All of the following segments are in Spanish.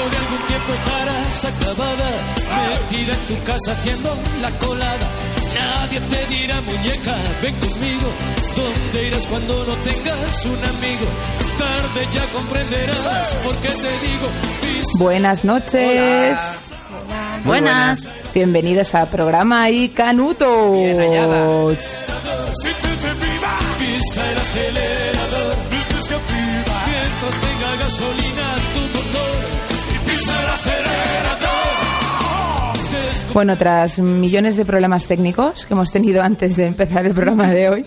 Dentro de algún tiempo estarás acabada, metida en tu casa haciendo la colada. Nadie te dirá, muñeca, ven conmigo. ¿Dónde irás cuando no tengas un amigo? Tarde ya comprenderás por qué te digo. Buenas noches. Hola. Buenas. Bienvenidos a programa y Canutos. Bien halladas. Si tú te viva, pisa el acelerador. Mientras tenga gasolina tu motor. Y pisa el acelerador. Bueno, tras millones de problemas técnicos que hemos tenido antes de empezar el programa de hoy,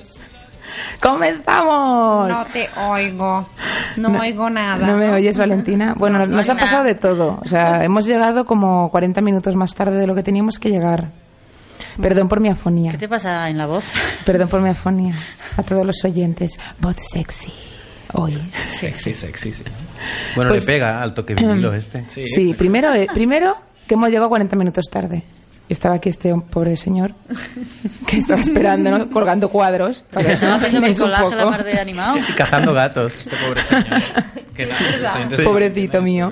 ¡comenzamos! No te oigo. No oigo nada. ¿No me oyes, Valentina? Bueno, No nos ha pasado de todo. O sea, hemos llegado como 40 minutos más tarde de lo que teníamos que llegar. Perdón por mi afonía. ¿Qué te pasa en la voz? Perdón por mi afonía. A todos los oyentes. Voz sexy. Hoy. Sexy, sí. Bueno, Pues, le pega al toque vinilo este. Sí, primero que hemos llegado 40 minutos tarde. Estaba aquí este pobre señor que estaba esperando, ¿no? Colgando cuadros. Para Estaba haciendo mi imaginéis un colaje la poco. mar de animado. Y cazando gatos. Este pobre señor. Que nada, Sí. Pobrecito mío.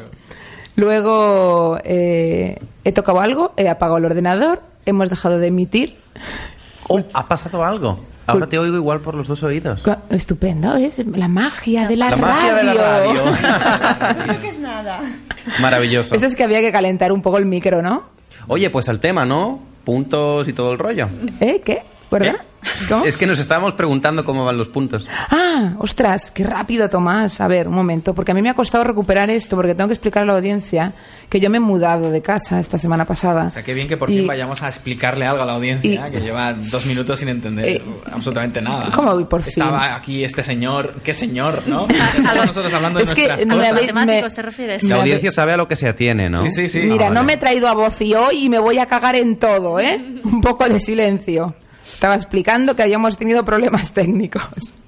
Luego he tocado algo, he apagado el ordenador, hemos dejado de emitir. Oh, ¿ha pasado algo? Ahora te oigo igual por los dos oídos. Estupendo, ¿ves? La magia de la La radio. magia de la radio. No toques nada. Maravilloso. Eso es que había que calentar un poco el micro, ¿no? Oye, pues al tema, ¿no? Puntos y todo el rollo. ¿Qué? ¿Verdad? ¿Cómo? Es que nos estábamos preguntando cómo van los puntos. Ah, ostras, qué rápido, Tomás. A ver, un momento, porque a mí me ha costado recuperar esto, porque tengo que explicar a la audiencia que yo me he mudado de casa esta semana pasada. O sea, qué bien que por fin vayamos a explicarle algo a la audiencia, que lleva 2 minutos sin entender absolutamente nada. ¿Cómo voy por fin? Estaba aquí este señor, ¿qué señor, no? Estamos nosotros hablando de Es que nuestras no me cosas. habéis- ¿Matemáticos te refieres? La audiencia sabe a lo que se atiene, ¿no? Sí. Mira, vale. no me he traído a voz y hoy y me voy a cagar en todo, ¿eh? Un poco de silencio. Estaba explicando que habíamos tenido problemas técnicos.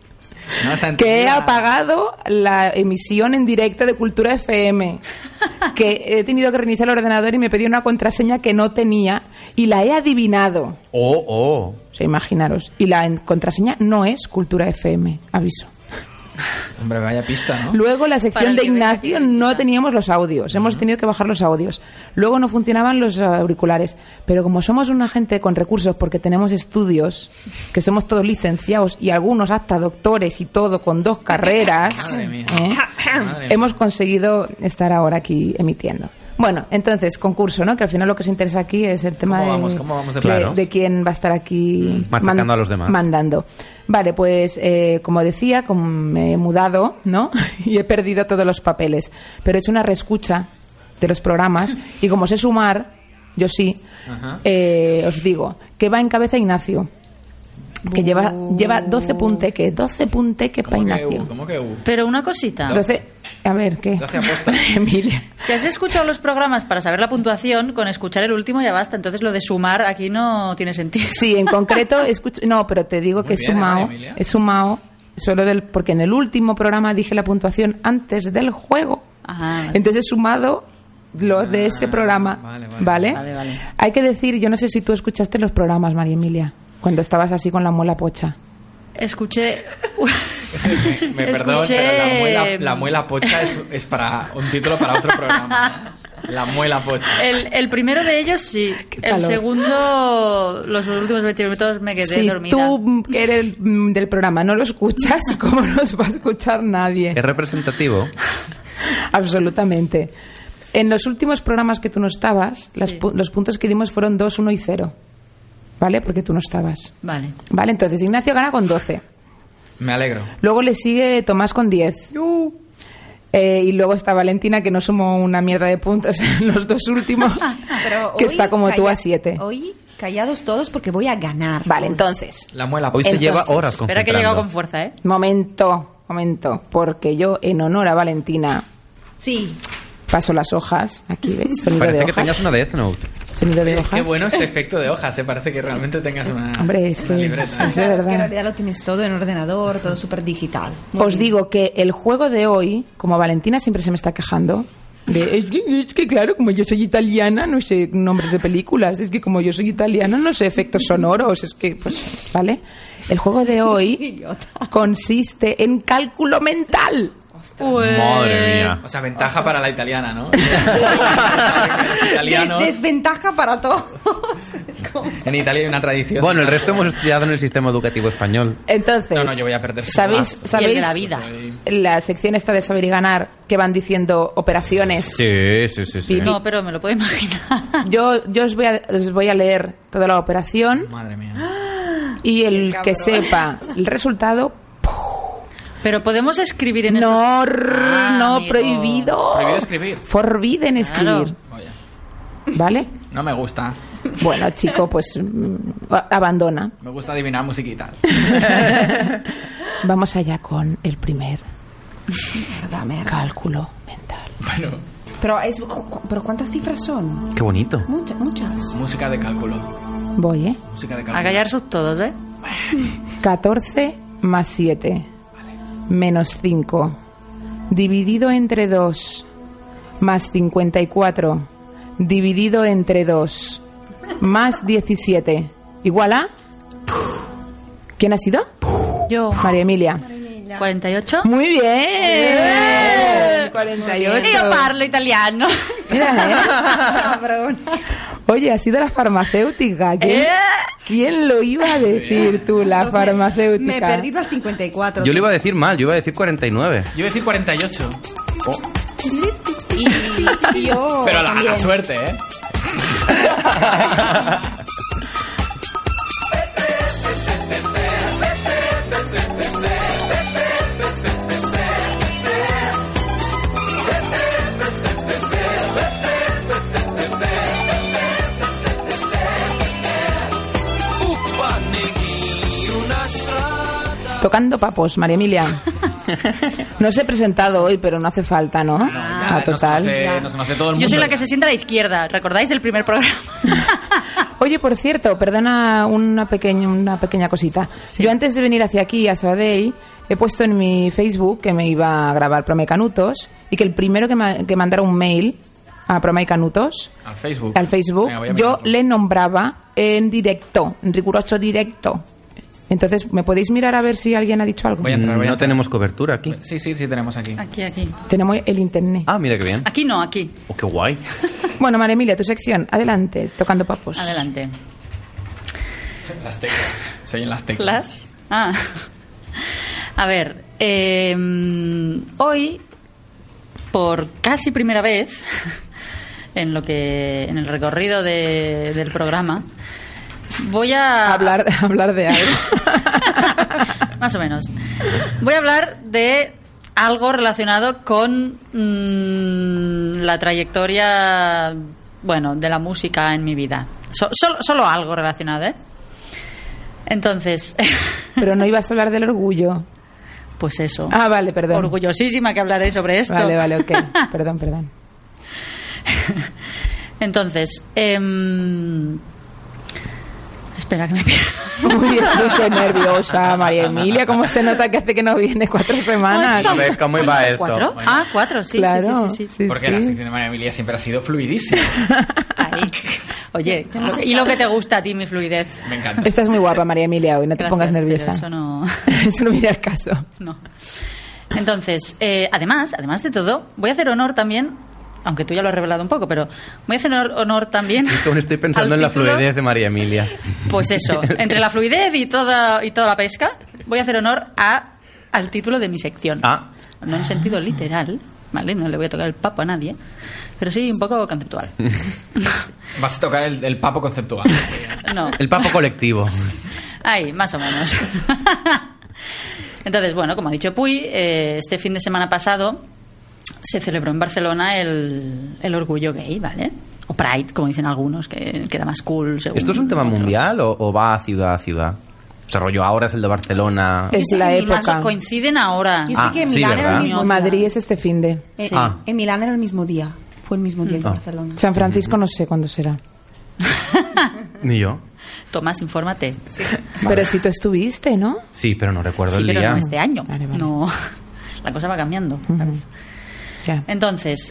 No se ha Que he entendido nada. apagado la emisión en directo de Cultura FM. Que he tenido que reiniciar el ordenador y me pedí una contraseña que no tenía y la he adivinado. Oh. O sea, imaginaros. Y la contraseña no es Cultura FM, aviso. Hombre, vaya pista, ¿no? Luego la Para sección el de que venga aquí Ignacio a visitar. no teníamos los audios, hemos tenido que bajar los audios. Luego no funcionaban los auriculares, pero como somos una gente con recursos porque tenemos estudios, que somos todos licenciados y algunos hasta doctores y todo con 2 carreras, Madre mía. Madre mía. hemos conseguido estar ahora aquí emitiendo. Bueno, entonces, concurso, ¿no? Que al final lo que os interesa aquí es el tema ¿Cómo vamos de plano? de quién va a estar aquí Machacando a los demás. mandando. Vale, pues como decía, como me he mudado, ¿no? Y he perdido todos los papeles, pero he hecho una reescucha de los programas y como sé sumar, yo sí, Ajá. os digo que va en cabeza Ignacio, que lleva 12 punteques para Ignacio. ¿Cómo que Pero una cosita. 12, a ver, ¿qué? 12 aposta. Emilia. Si has escuchado los programas para saber la puntuación, con escuchar el último ya basta. Entonces lo de sumar aquí no tiene sentido. Sí, en concreto, no, pero te digo Muy que bien, Emilia. he sumado solo porque en el último programa dije la puntuación antes del juego. Ajá. Entonces he sumado lo de ese programa. vale. Vale. Hay que decir, yo no sé si tú escuchaste los programas, María Emilia, cuando estabas así con la muela pocha. Escuché... Me perdón, Escuché- pero la muela pocha es para un título para otro programa. La muela pocha. El primero de ellos sí. Qué El calor. segundo, los últimos 20 minutos me quedé Si dormida. tú, que eres del programa, no lo escuchas, ¿cómo nos va a escuchar nadie? Es representativo. Absolutamente. En los últimos programas que tú no estabas, Sí. los puntos que dimos fueron 2, 1 y 0. ¿Vale? Porque tú no estabas. Vale. Vale, entonces Ignacio gana con 12. Me alegro. Luego le sigue Tomás con 10. Y luego está Valentina, que no sumó una mierda de puntos en los 2 últimos, Pero que hoy está como tú a 7. Hoy callados todos porque voy a ganar. Vale, entonces, La muela Hoy pocha. se lleva horas Espera que he llegado concentrando. con fuerza, ¿eh? momento, porque yo, en honor a Valentina, Sí. paso las hojas. Aquí, ¿ves? Sonido Parece de que hojas. tengas una Death Note. Sonido de Qué hojas. bueno este efecto de hojas, Parece que realmente tengas una, Hombre, es una que libreta. es de Claro, es que en verdad. realidad lo tienes todo en ordenador, todo súper digital. Os digo que el juego de hoy, como Valentina siempre se me está quejando, es que claro, como yo soy italiana, no sé nombres de películas, es que como yo soy italiana, no sé efectos sonoros, es que, pues, ¿vale? El juego de hoy Idiota. consiste en cálculo mental. Madre mía. O sea, ventaja para la italiana, ¿no? Italianos. Desventaja para todos. En Italia hay una tradición. Bueno, el resto hemos estudiado en el sistema educativo español. Entonces, No, yo voy a perder. ¿sabéis Y el de la vida. la sección esta de saber y ganar que van diciendo operaciones? Sí. No, pero me lo puedo imaginar. Yo os voy a leer toda la operación Madre mía. y el que sepa el resultado... Pero podemos escribir en No, amigo. prohibido. Prohibido escribir. Forbidden escribir. Claro. Oye, ¿Vale? no me gusta. Bueno, chico, pues abandona. Me gusta adivinar musiquitas. Vamos allá con el primer Dame. cálculo mental. Bueno, Pero ¿cuántas cifras son? Qué bonito. Muchas. música de cálculo. Voy, ¿eh? Música de cálculo. A callar sus todos, ¿eh? 14 más 7 menos 5 dividido entre 2 más 54 dividido entre 2 más 17 igual a... ¿Quién ha sido? Yo. María Emilia. 48. Muy bien. 48. Io parlo italiano. Mira, Oye, ha sido la farmacéutica. ¿Quién lo iba a decir tú, la farmacéutica? Me he perdido al 54. Yo le iba a decir mal, yo iba a decir 49. Yo iba a decir 48. Y yo Pero a la también. suerte, ¿eh? Tocando papos, María Emilia. No os he presentado hoy, pero no hace falta, ¿no? Ya, Total. Nos conoce todo el mundo. Yo soy la que se sienta a la izquierda. ¿Recordáis del primer programa? Oye, por cierto, perdona una pequeña cosita. Sí. Yo antes de venir hacia aquí, a Sabadell, he puesto en mi Facebook que me iba a grabar Prome Canutos y que el primero que mandara un mail a Prome Canutos Al Facebook. Venga, voy a yo mirarlo. le nombraba en directo, en riguroso directo. Entonces, ¿me podéis mirar a ver si alguien ha dicho algo? Voy a entrar, No entrar. tenemos cobertura aquí. Sí, tenemos aquí. Aquí. Tenemos el internet. Ah, mira qué bien. Aquí no, aquí. Oh, qué guay. Bueno, María Emilia, tu sección. Adelante, tocando papos. Adelante. Las teclas. Se oyen las teclas. ¿Las? Ah. A ver, hoy, por casi primera vez, en el recorrido del programa, voy a Hablar de algo. más o menos. Voy a hablar de algo relacionado con la trayectoria, bueno, de la música en mi vida. Solo algo relacionado, ¿eh? Entonces, Pero no ibas a hablar del orgullo. pues eso. Ah, vale, perdón. Orgullosísima que hablaré sobre esto. Vale, ok. Perdón. Entonces, espera que me pierdo. Uy, estoy qué nerviosa, María Emilia. ¿Cómo se nota que hace que no viene 4 semanas? A ver, ¿cómo iba esto? ¿4? Bueno. Ah, 4, sí, Claro, sí. Porque la sección de María Emilia siempre ha sido fluidísima. Ahí. Oye, y lo que te gusta a ti, mi fluidez. Me encanta. Estás muy guapa, María Emilia, hoy. No te Gracias, pongas pero nerviosa. eso no... Eso no viene al caso. No. Entonces, además de todo, voy a hacer honor también, aunque tú ya lo has revelado un poco, pero voy a hacer honor también. Es que aún estoy pensando al en la título. fluidez de María Emilia. Pues eso, entre la fluidez y toda la pesca, voy a hacer honor al título de mi sección. Ah, No en sentido literal, ¿vale? No le voy a tocar el papo a nadie, pero sí un poco conceptual. Vas a tocar el papo conceptual. No. el papo colectivo. Ahí, más o menos. Entonces, bueno, como ha dicho Puy, este fin de semana pasado se celebró en Barcelona el orgullo gay, ¿vale? O Pride, como dicen algunos, que queda más cool. Según ¿Esto es un tema otros. mundial o va a ciudad a ciudad? O sea, rollo, ahora es el de Barcelona. Es la Y más época. coinciden ahora. Yo sé que en sí, Milán era ¿verdad? el mismo día. Madrid es este finde. Sí. Ah. En Milán era el mismo día. Fue el mismo día que Ah. Barcelona. San Francisco no sé cuándo será. Ni yo. Tomás, infórmate. Sí, Pero si tú estuviste, ¿no? Sí, pero no recuerdo el pero día. no este año. Vale. No. La cosa va cambiando, ¿sabes? Ya. Entonces,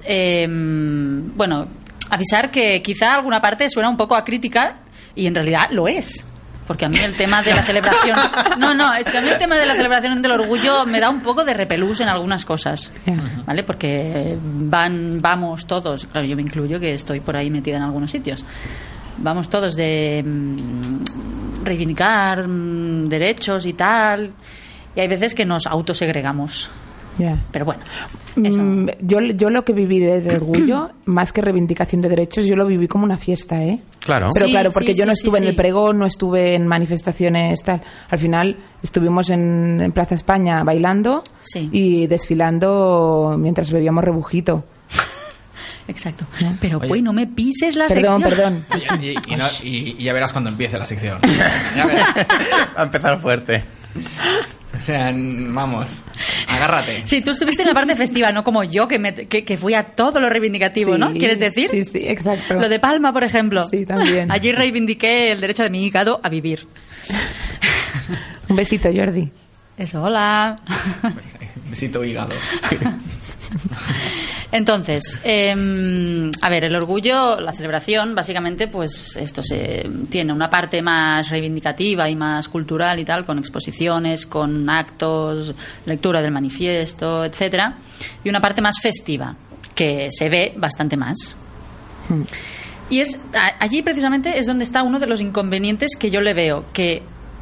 bueno, avisar que quizá alguna parte suena un poco a crítica y en realidad lo es. Porque a mí el tema de la celebración... No, es que a mí el tema de la celebración del orgullo me da un poco de repelús en algunas cosas, ¿vale? Porque vamos todos, claro, yo me incluyo que estoy por ahí metida en algunos sitios, vamos todos de reivindicar derechos y tal, y hay veces que nos autosegregamos. Yeah. Pero bueno, eso. Yo lo que viví de orgullo, más que reivindicación de derechos, yo lo viví como una fiesta, ¿eh? Claro. Pero Sí, claro, porque sí, yo no sí, estuve sí, en el sí. pregón, no estuve en manifestaciones, tal. Al final estuvimos en Plaza España bailando Sí. y desfilando mientras bebíamos rebujito. Exacto. Pero Oye. pues no me pises la Perdón, sección. perdón. Y ya verás cuando empiece la sección. Ya verás. Va a empezar fuerte. O sea, vamos, agárrate. Sí, tú estuviste en la parte festiva, no como yo, que fui a todo lo reivindicativo, Sí, ¿no? ¿Quieres decir? Sí, sí, exacto. Lo de Palma, por ejemplo. Sí, también. Allí reivindiqué el derecho de mi hígado a vivir. Un besito, Jordi. Eso, hola. Besito hígado. Entonces, a ver, el orgullo, la celebración, básicamente, pues esto tiene una parte más reivindicativa y más cultural y tal, con exposiciones, con actos, lectura del manifiesto, etcétera, y una parte más festiva, que se ve bastante más. Y allí precisamente es donde está uno de los inconvenientes que yo le veo, que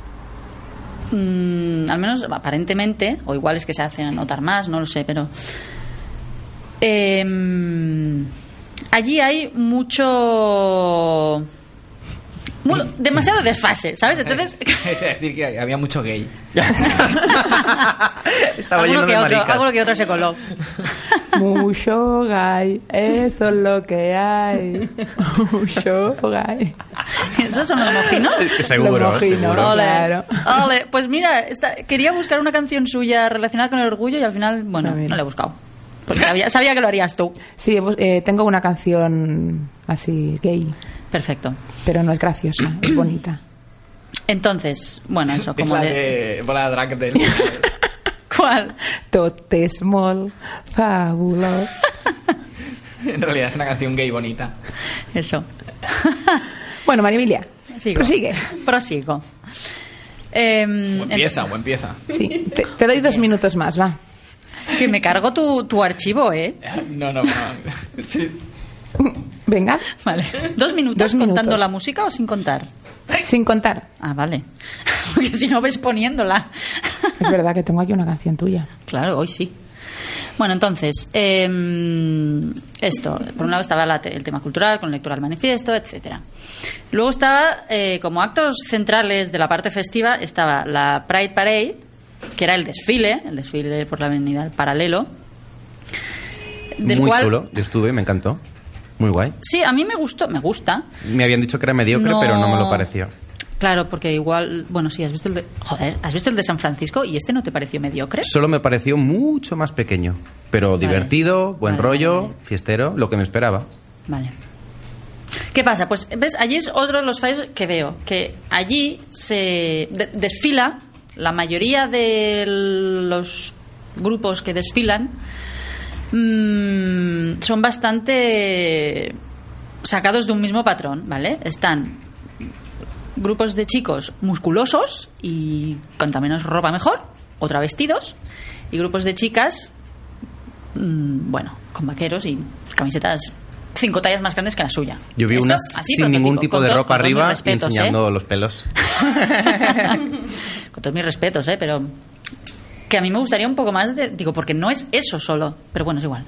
al menos aparentemente, o igual es que se hacen notar más, no lo sé, pero allí hay demasiado desfase, ¿sabes? Entonces Es decir, que había mucho gay. Estaba lleno de maricas. alguno que otro se coló. Mucho gay, eso es lo que hay. Mucho gay. ¿Esos son los mojinos? Seguro, Los mojinos, seguro. Ole, claro. ole. Pues mira, quería buscar una canción suya relacionada con el orgullo y al final, bueno, A ver. no la he buscado. Porque sabía que lo harías tú. Sí, tengo una canción así gay, Perfecto. pero no es graciosa, es bonita. Entonces, bueno, eso, Es como la de... de Bola Drag del... ¿Cuál? Tot small, fabulous. En realidad es una canción gay bonita. Eso. Bueno, María Emilia, Sigo. prosigue. Prosigo. O empieza. Sí, te doy 2 minutos más, va. Que me cargo tu archivo, ¿eh? No. Sí. Venga, Vale. 2 minutos, 2 minutos. contando la música o sin contar. sin contar. Ah, vale. Porque si no ves poniéndola. Es verdad que tengo aquí una canción tuya. Claro, hoy sí. Bueno, entonces, esto, por un lado estaba el tema cultural, con lectura del manifiesto, etcétera. Luego estaba, como actos centrales de la parte festiva, estaba la Pride Parade, que era el desfile por la avenida del Paralelo. Muy chulo, yo estuve, me encantó. Muy guay. Sí, a mí me gusta. Me habían dicho que era mediocre, No. pero no me lo pareció. Claro, porque igual, bueno, sí, has visto el de San Francisco y este no te pareció mediocre. Solo me pareció mucho más pequeño, pero Vale. divertido, buen Vale, rollo, vale. fiestero, lo que me esperaba. Vale. ¿Qué pasa? Pues, ¿ves? Allí es otro de los fallos que veo, que allí se desfila, la mayoría de los grupos que desfilan son bastante sacados de un mismo patrón, ¿vale? Están grupos de chicos musculosos y cuanta menos ropa mejor, o travestidos, y grupos de chicas, bueno, con vaqueros y camisetas 5 tallas más grandes que la suya. Yo vi Esto, unas así, sin ningún prototipo, tipo con de to- ropa con todos mis arriba y respetos, enseñando los pelos. con todos mis respetos, pero que a mí me gustaría un poco más digo, porque no es eso solo, pero bueno, es igual.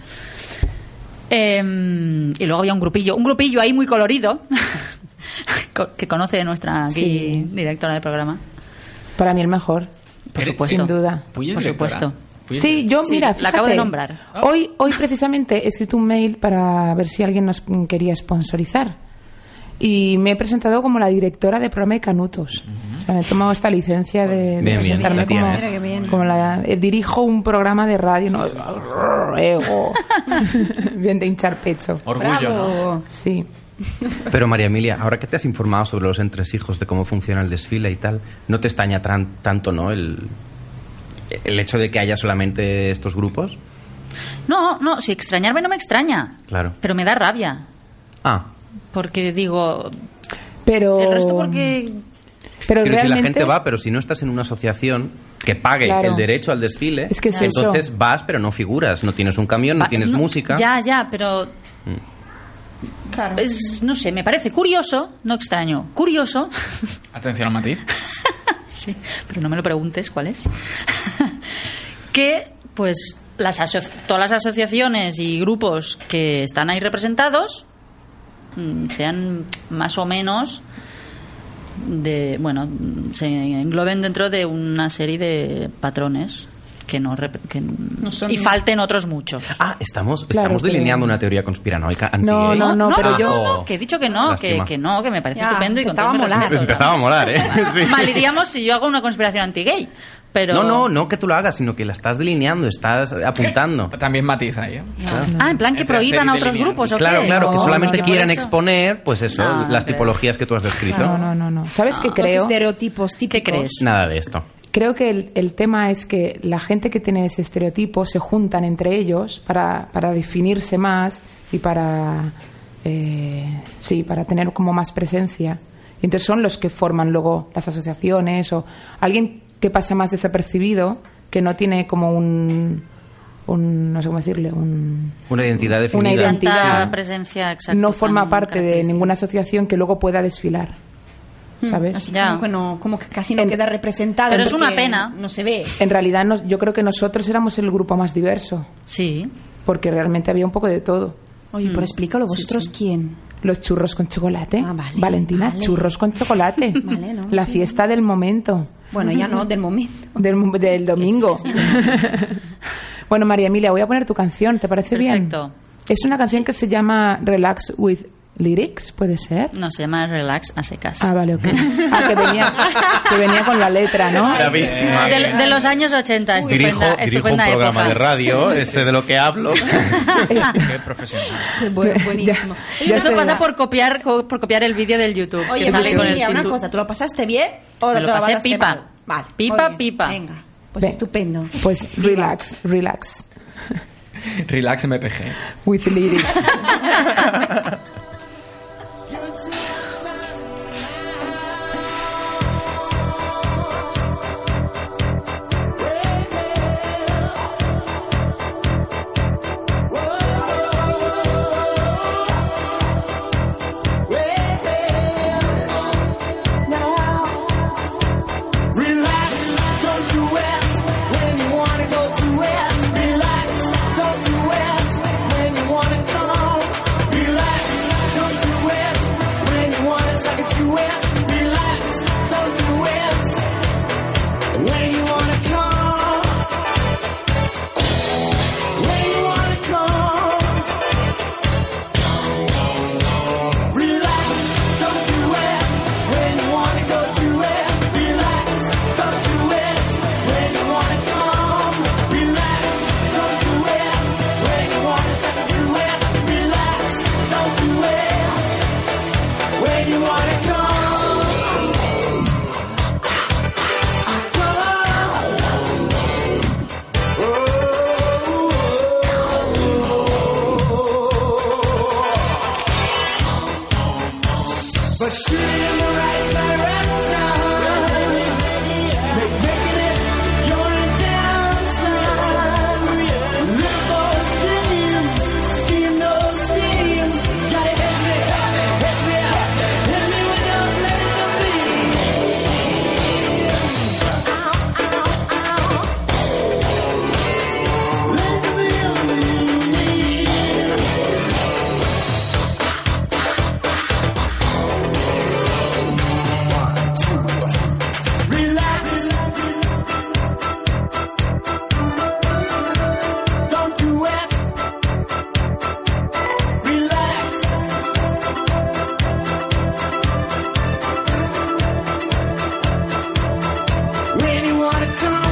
Y luego había un grupillo ahí muy colorido que conoce nuestra aquí Sí. directora del programa. Para mí el mejor, Por supuesto. sin duda. Puy es Por directora. supuesto. Puy es Sí, yo, Sí, mira, la acabo de fíjate, nombrar. Hoy precisamente he escrito un mail para ver si alguien nos quería sponsorizar. Y me he presentado como la directora de programa de Canutos. O sea, me he tomado esta licencia de Bien, presentarme bien, como, la tienes. Qué bien. como dirijo un programa de radio, no, ego. Bien de hinchar pecho. Orgullo, ¿no? Bravo. Sí. Pero María Emilia, ahora que te has informado sobre los entresijos, de cómo funciona el desfile y tal, ¿no te extraña tanto, no, el hecho de que haya solamente estos grupos? No, si extrañarme no me extraña. Claro. Pero me da rabia. Ah, Porque digo, Pero el resto porque Pero si la realmente- gente va, pero si no estás en una asociación que pague Claro. el derecho al desfile, Es que es entonces eso. vas, pero no figuras. No tienes un camión, no tienes música. Ya, pero Claro. no sé, me parece curioso, no extraño, curioso. Atención al matiz. Sí, pero no me lo preguntes cuál es. Que, pues, todas las asociaciones y grupos que están ahí representados sean más o menos se engloben dentro de una serie de patrones que no son- y falten otros muchos. Estamos Claro, delineando pero- una teoría conspiranoica No, anti-gay. no, pero yo- no, que he dicho que no, que Lástima. que me parece Ya, estupendo y con todo empezaba mi a molar. respeto. Empezaba a molar, ¿eh? Sí. Mal iríamos si yo hago una conspiración anti-gay. Pero... No que tú lo hagas, sino que la estás delineando, estás apuntando. También matiz ahí, ¿eh? Ah, en plan que Entre prohíban a hacer y otros delinear. grupos, ¿o Claro, qué? claro, que No, solamente no, por quieran eso. exponer, pues eso, No, las creo. tipologías que tú has descrito. No. ¿Sabes qué Los creo? estereotipos típicos. ¿Qué crees? Nada de esto. Creo que el tema es que la gente que tiene ese estereotipo se juntan entre ellos para definirse más y para tener como más presencia. Y entonces son los que forman luego las asociaciones o alguien que pasa más desapercibido, que no tiene como un no sé cómo decirle, Una identidad definida. Una identidad. Tanta presencia, exacto, no forma tan parte de característica. ninguna asociación que luego pueda desfilar, ¿sabes? Así Ya. como que no, como que casi no queda representado. Pero es porque una pena. No se ve. En realidad yo creo que nosotros éramos el grupo más diverso, Sí. porque realmente había un poco de todo. Oye, pero explícalo, ¿vosotros quién? Los churros con chocolate. Ah, vale, Valentina, vale. churros con chocolate. Vale, no, La sí. fiesta del momento, Bueno, ya no, del momento. del domingo. Bueno, María Emilia, voy a poner tu canción, ¿te parece Perfecto. bien? Es una canción que se llama Relax with Lyrics, ¿puede ser? No, se llama Relax a secas. Ah, vale, ok. Ah, que venía con la letra, ¿no? Bravísima. De los años 80, Dirijo un estupenda programa época. de radio, sé de lo que hablo. Qué profesional. Buenísimo. Ya Eso sé, pasa ya. por copiar el vídeo del YouTube. Oye, que sale con el Emilia, una tintu- cosa, ¿tú lo pasaste bien o Me te lo pasé pasaste pipa. mal? Vale. Pipa, muy bien. pipa. Venga, pues Ve. estupendo. Pues relax Relax MPG. with Lyrics. Relax, don't do it when you wanna go to it. Relax, don't do it when you wanna come. Relax, don't do it when you wanna suck it to it. Relax, don't do it when you wanna come. When you wanna come. Relax, don't do it when you wanna go to it. Relax, don't do it when you wanna come. Relax, don't do it when you wanna suck it to it. Relax, don't do it when you wanna come. But shoot in the right direction. Making it your intention. Live those dreams, scheme those schemes. Gotta hit me with a laser beam. Laser beam. Relax. Don't do it. Relax. When you wanna come.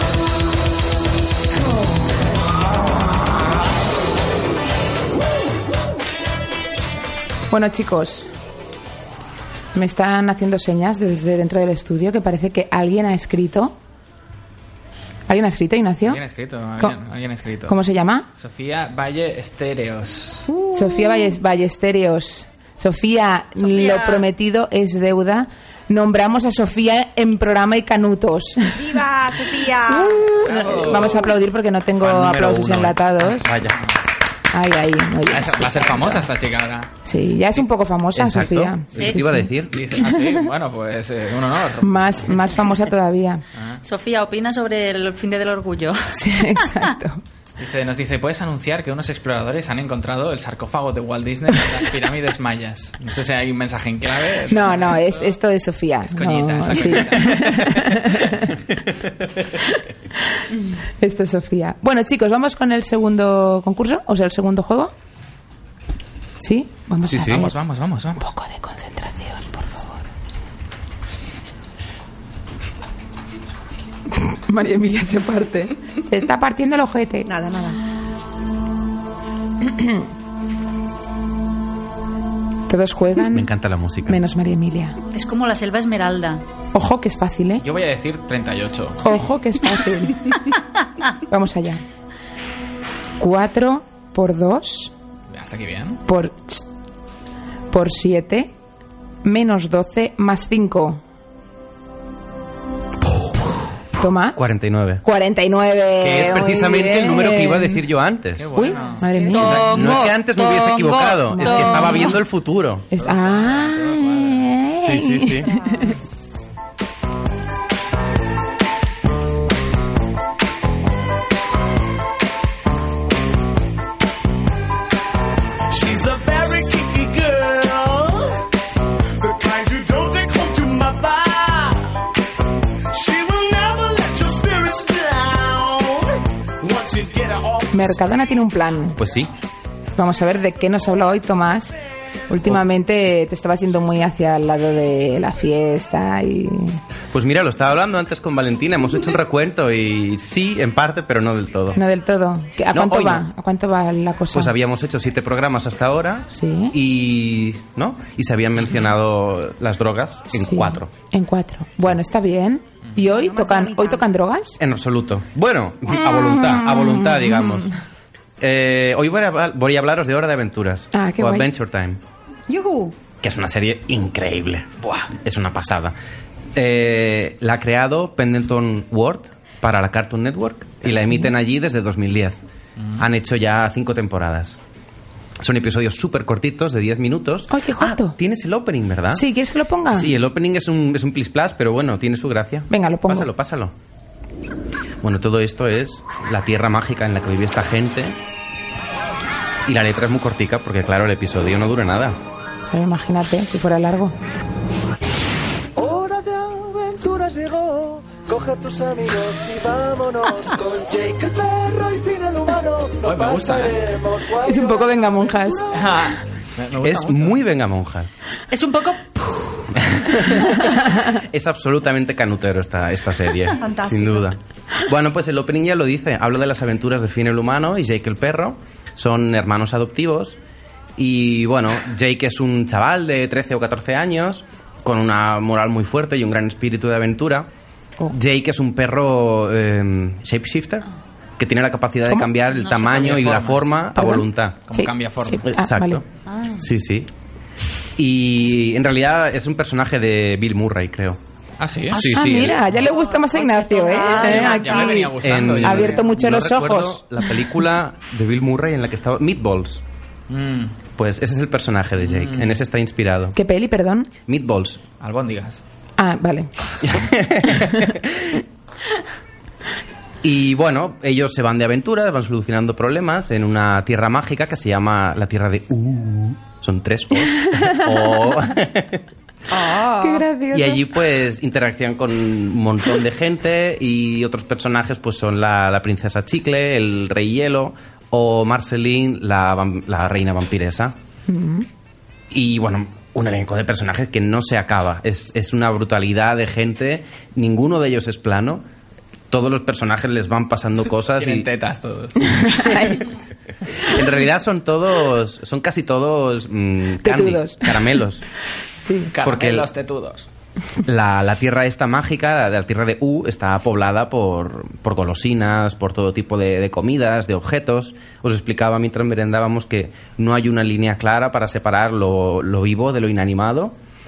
Bueno, chicos, me están haciendo señas desde dentro del estudio que parece que alguien ha escrito. ¿Alguien ha escrito, Ignacio? Alguien ha escrito, alguien ha escrito. ¿Cómo se llama? Sofía Valle Estéreos. Sofía Ballesteros. Sofía, Sofía. lo prometido es deuda. Nombramos a Sofía en programa y canutos. ¡Viva, Sofía! Vamos a aplaudir porque no tengo aplausos enlatados. Vaya. Ay, muy bien. Va a ser famosa esta chica ahora. Sí, ya es un poco famosa, Exacto. Sofía. ¿Qué te iba a decir? Dice, sí, bueno, pues un honor. Más famosa todavía. Sofía, opina sobre el fin del orgullo. Sí, exacto. Nos dice, puedes anunciar que unos exploradores han encontrado el sarcófago de Walt Disney en las pirámides mayas. No sé si hay un mensaje en clave. No, esto es Sofía. Es coñita, no, es sí. Esto es Sofía. Bueno, chicos, ¿vamos con el segundo concurso? O sea, el segundo juego. ¿Sí? Vamos a ver. Vamos. Un poco de concentración, por favor. María Emilia se parte. Se está partiendo el ojete. Nada. Todos juegan. Me encanta la música. Menos María Emilia. Es como la selva esmeralda. Ojo que es fácil, ¿eh? Yo voy a decir 38. Ojo que es fácil. Vamos allá. 4 por 2 Hasta aquí bien. por 7 menos 12 más 5. Tomás. 49. 49. Que es precisamente el número que iba a decir yo antes. Qué Uy, bueno. madre mía. No es que antes me hubiese equivocado, es que estaba viendo el futuro. Sí. She's a very kinky girl, the kind you don't take home to mother. She will never let your spirits down. Once you get her off. Mercadona tiene un plan. Pues sí. Vamos a ver de qué nos habla hoy Tomás. Últimamente te estabas yendo muy hacia el lado de la fiesta y... Pues mira, lo estaba hablando antes con Valentina, hemos hecho un recuento y sí, en parte, pero no del todo. No del todo. ¿A No, cuánto hoy va? no. ¿A cuánto va la cosa? Pues habíamos hecho 7 programas hasta ahora. Sí. Y se habían mencionado las drogas en Sí, 4. En 4. Bueno, está bien. ¿Y hoy tocan drogas? En absoluto. Bueno, a voluntad, digamos. Hoy voy a hablaros de Hora de Aventuras. Ah, qué o guay. Adventure Time. ¡Yujú! Que es una serie increíble. Buah, es una pasada. La ha creado Pendleton Ward para la Cartoon Network y la emiten allí desde 2010. Han hecho ya 5 temporadas. Son episodios súper cortitos, de 10 minutos. ¡Ay, qué corto! Tienes el opening, ¿verdad? Sí, ¿quieres que lo ponga? Sí, el opening es un plis plas, pero bueno, tiene su gracia. Venga, lo pongo. Pásalo. Bueno, todo esto es la tierra mágica en la que vive esta gente. Y la letra es muy cortica porque, claro, el episodio no dura nada. Pero imagínate, si fuera largo. Hora de aventuras llegó. Coge a tus amigos y vámonos con Jake el perro y Finn el humano. Hoy me gusta, Es un poco vengamonjas. Me gusta Es mucho. muy vengamonjas. Es un poco... Es absolutamente canutero esta serie, Fantástico. sin duda. Bueno, pues el opening ya lo dice. Habla de las aventuras de Finn el humano y Jake el perro. Son hermanos adoptivos. Y bueno, Jake es un chaval de 13 o 14 años con una moral muy fuerte y un gran espíritu de aventura. Oh. Jake es un perro shapeshifter que tiene la capacidad de ¿Cómo? cambiar el No, tamaño cambia y la formas. forma a ¿Perdón? voluntad. Como cambia formas. Sí. Exacto. Vale. Sí. Y en realidad es un personaje de Bill Murray, creo. Ah, sí. Sí, Ah, sí. mira, ya le gusta más a Ignacio, ¿eh? Ya me venía gustando. En- ya Ha me abierto venía- mucho Yo los recuerdo ojos. la película de Bill Murray en la que estaba Meatballs. Mm, Pues ese es el personaje de Jake. En ese está inspirado. ¿Qué peli, perdón? Meatballs. albóndigas. Ah, vale. Y bueno, ellos se van de aventuras, van solucionando problemas en una tierra mágica que se llama la tierra de Son 3 O. Qué gracioso. Y allí pues interacción con un montón de gente y otros personajes pues son la princesa Chicle, el rey hielo o Marceline, la reina vampiresa. Y bueno, un elenco de personajes que no se acaba. Es una brutalidad de gente, ninguno de ellos es plano. Todos los personajes les van pasando cosas Tienen y tetas todos. en realidad son casi todos candy, Tetudos. caramelos. Sí. Caramelos tetudos. La tierra esta mágica, la tierra de está poblada por golosinas, por todo tipo de comidas, de objetos. Os explicaba mientras merendábamos que no hay una línea clara para separar lo vivo de lo inanimado.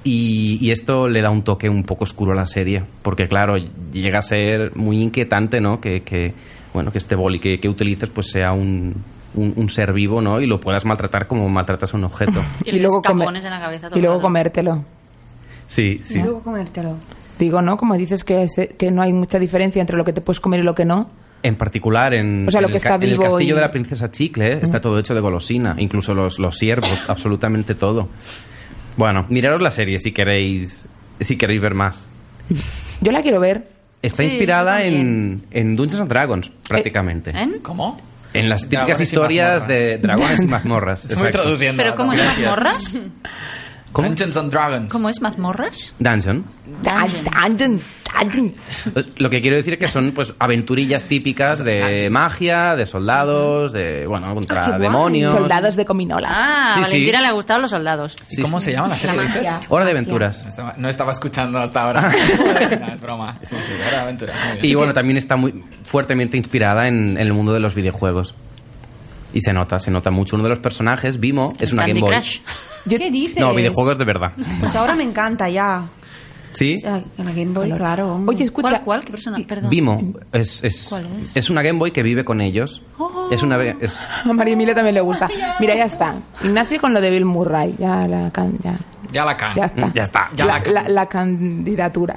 Y esto le da un toque un poco oscuro a la serie, porque claro, llega a ser muy inquietante, ¿no? Que este boli que utilices pues sea un ser vivo, ¿no? Y lo puedas maltratar como maltratas a un objeto. Y luego capones en la cabeza todo y luego el rato. comértelo. Sí. Y luego comértelo. Digo, ¿no? Como dices que no hay mucha diferencia entre lo que te puedes comer y lo que no. En particular, en O sea, lo que está en el vivo castillo y- de la princesa Chicle está todo hecho de golosina, incluso los ciervos, absolutamente todo. Bueno, miraros la serie si queréis ver más. Yo la quiero ver. Está Sí, inspirada yo también. en Dungeons and Dragons, prácticamente. ¿Cómo? En las típicas Dragones y historias mazmorras. de dragones y mazmorras. Estoy exacto. traduciendo. ¿Pero cómo es mazmorras? ¿Cómo? Dungeons and Dragons. ¿Cómo es mazmorras? Dungeon. Dungeon. Lo que quiero decir es que son pues aventurillas típicas de magia, de soldados, de contra qué guay. demonios. Soldados de cominolas. Ah, Sí, a Valentina sí. le han gustado los soldados. ¿Y cómo se llama la serie? dices? Hora de aventuras. No estaba escuchando hasta ahora. No, es broma. Sí, Hora de aventuras. Muy bien. Y bueno, también está muy fuertemente inspirada en el mundo de los videojuegos. Y se nota mucho. Uno de los personajes, Vimo, es una Candy Game Boy. Crush. ¿Qué dices? No, videojuegos de verdad. Pues ahora me encanta ya. ¿Sí? O sea, que la Game Boy, claro. hombre. Oye, escucha. ¿Cuál? ¿Qué persona? Perdón. Vimo ¿Cuál es? es una Game Boy que vive con ellos. Es una A María Emilia también le gusta. Mira, ya está. Ignacio con lo de Bill Murray. Ya está. Ya la can. Ya está. Ya está. Ya La candidatura.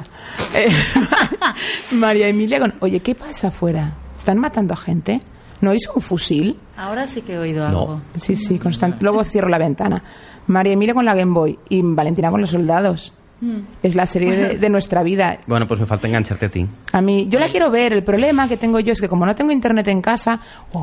María Emilia con... Oye, ¿qué pasa afuera? ¿Están matando a gente? ¿No oís un fusil? Ahora sí que he oído algo. Sí, constante. Luego cierro la ventana. María Emilia con la Game Boy y Valentina con los soldados. Es la serie de nuestra vida. Bueno, pues me falta engancharte a ti. A mí, yo la quiero ver. El problema que tengo yo es que como no tengo internet en casa,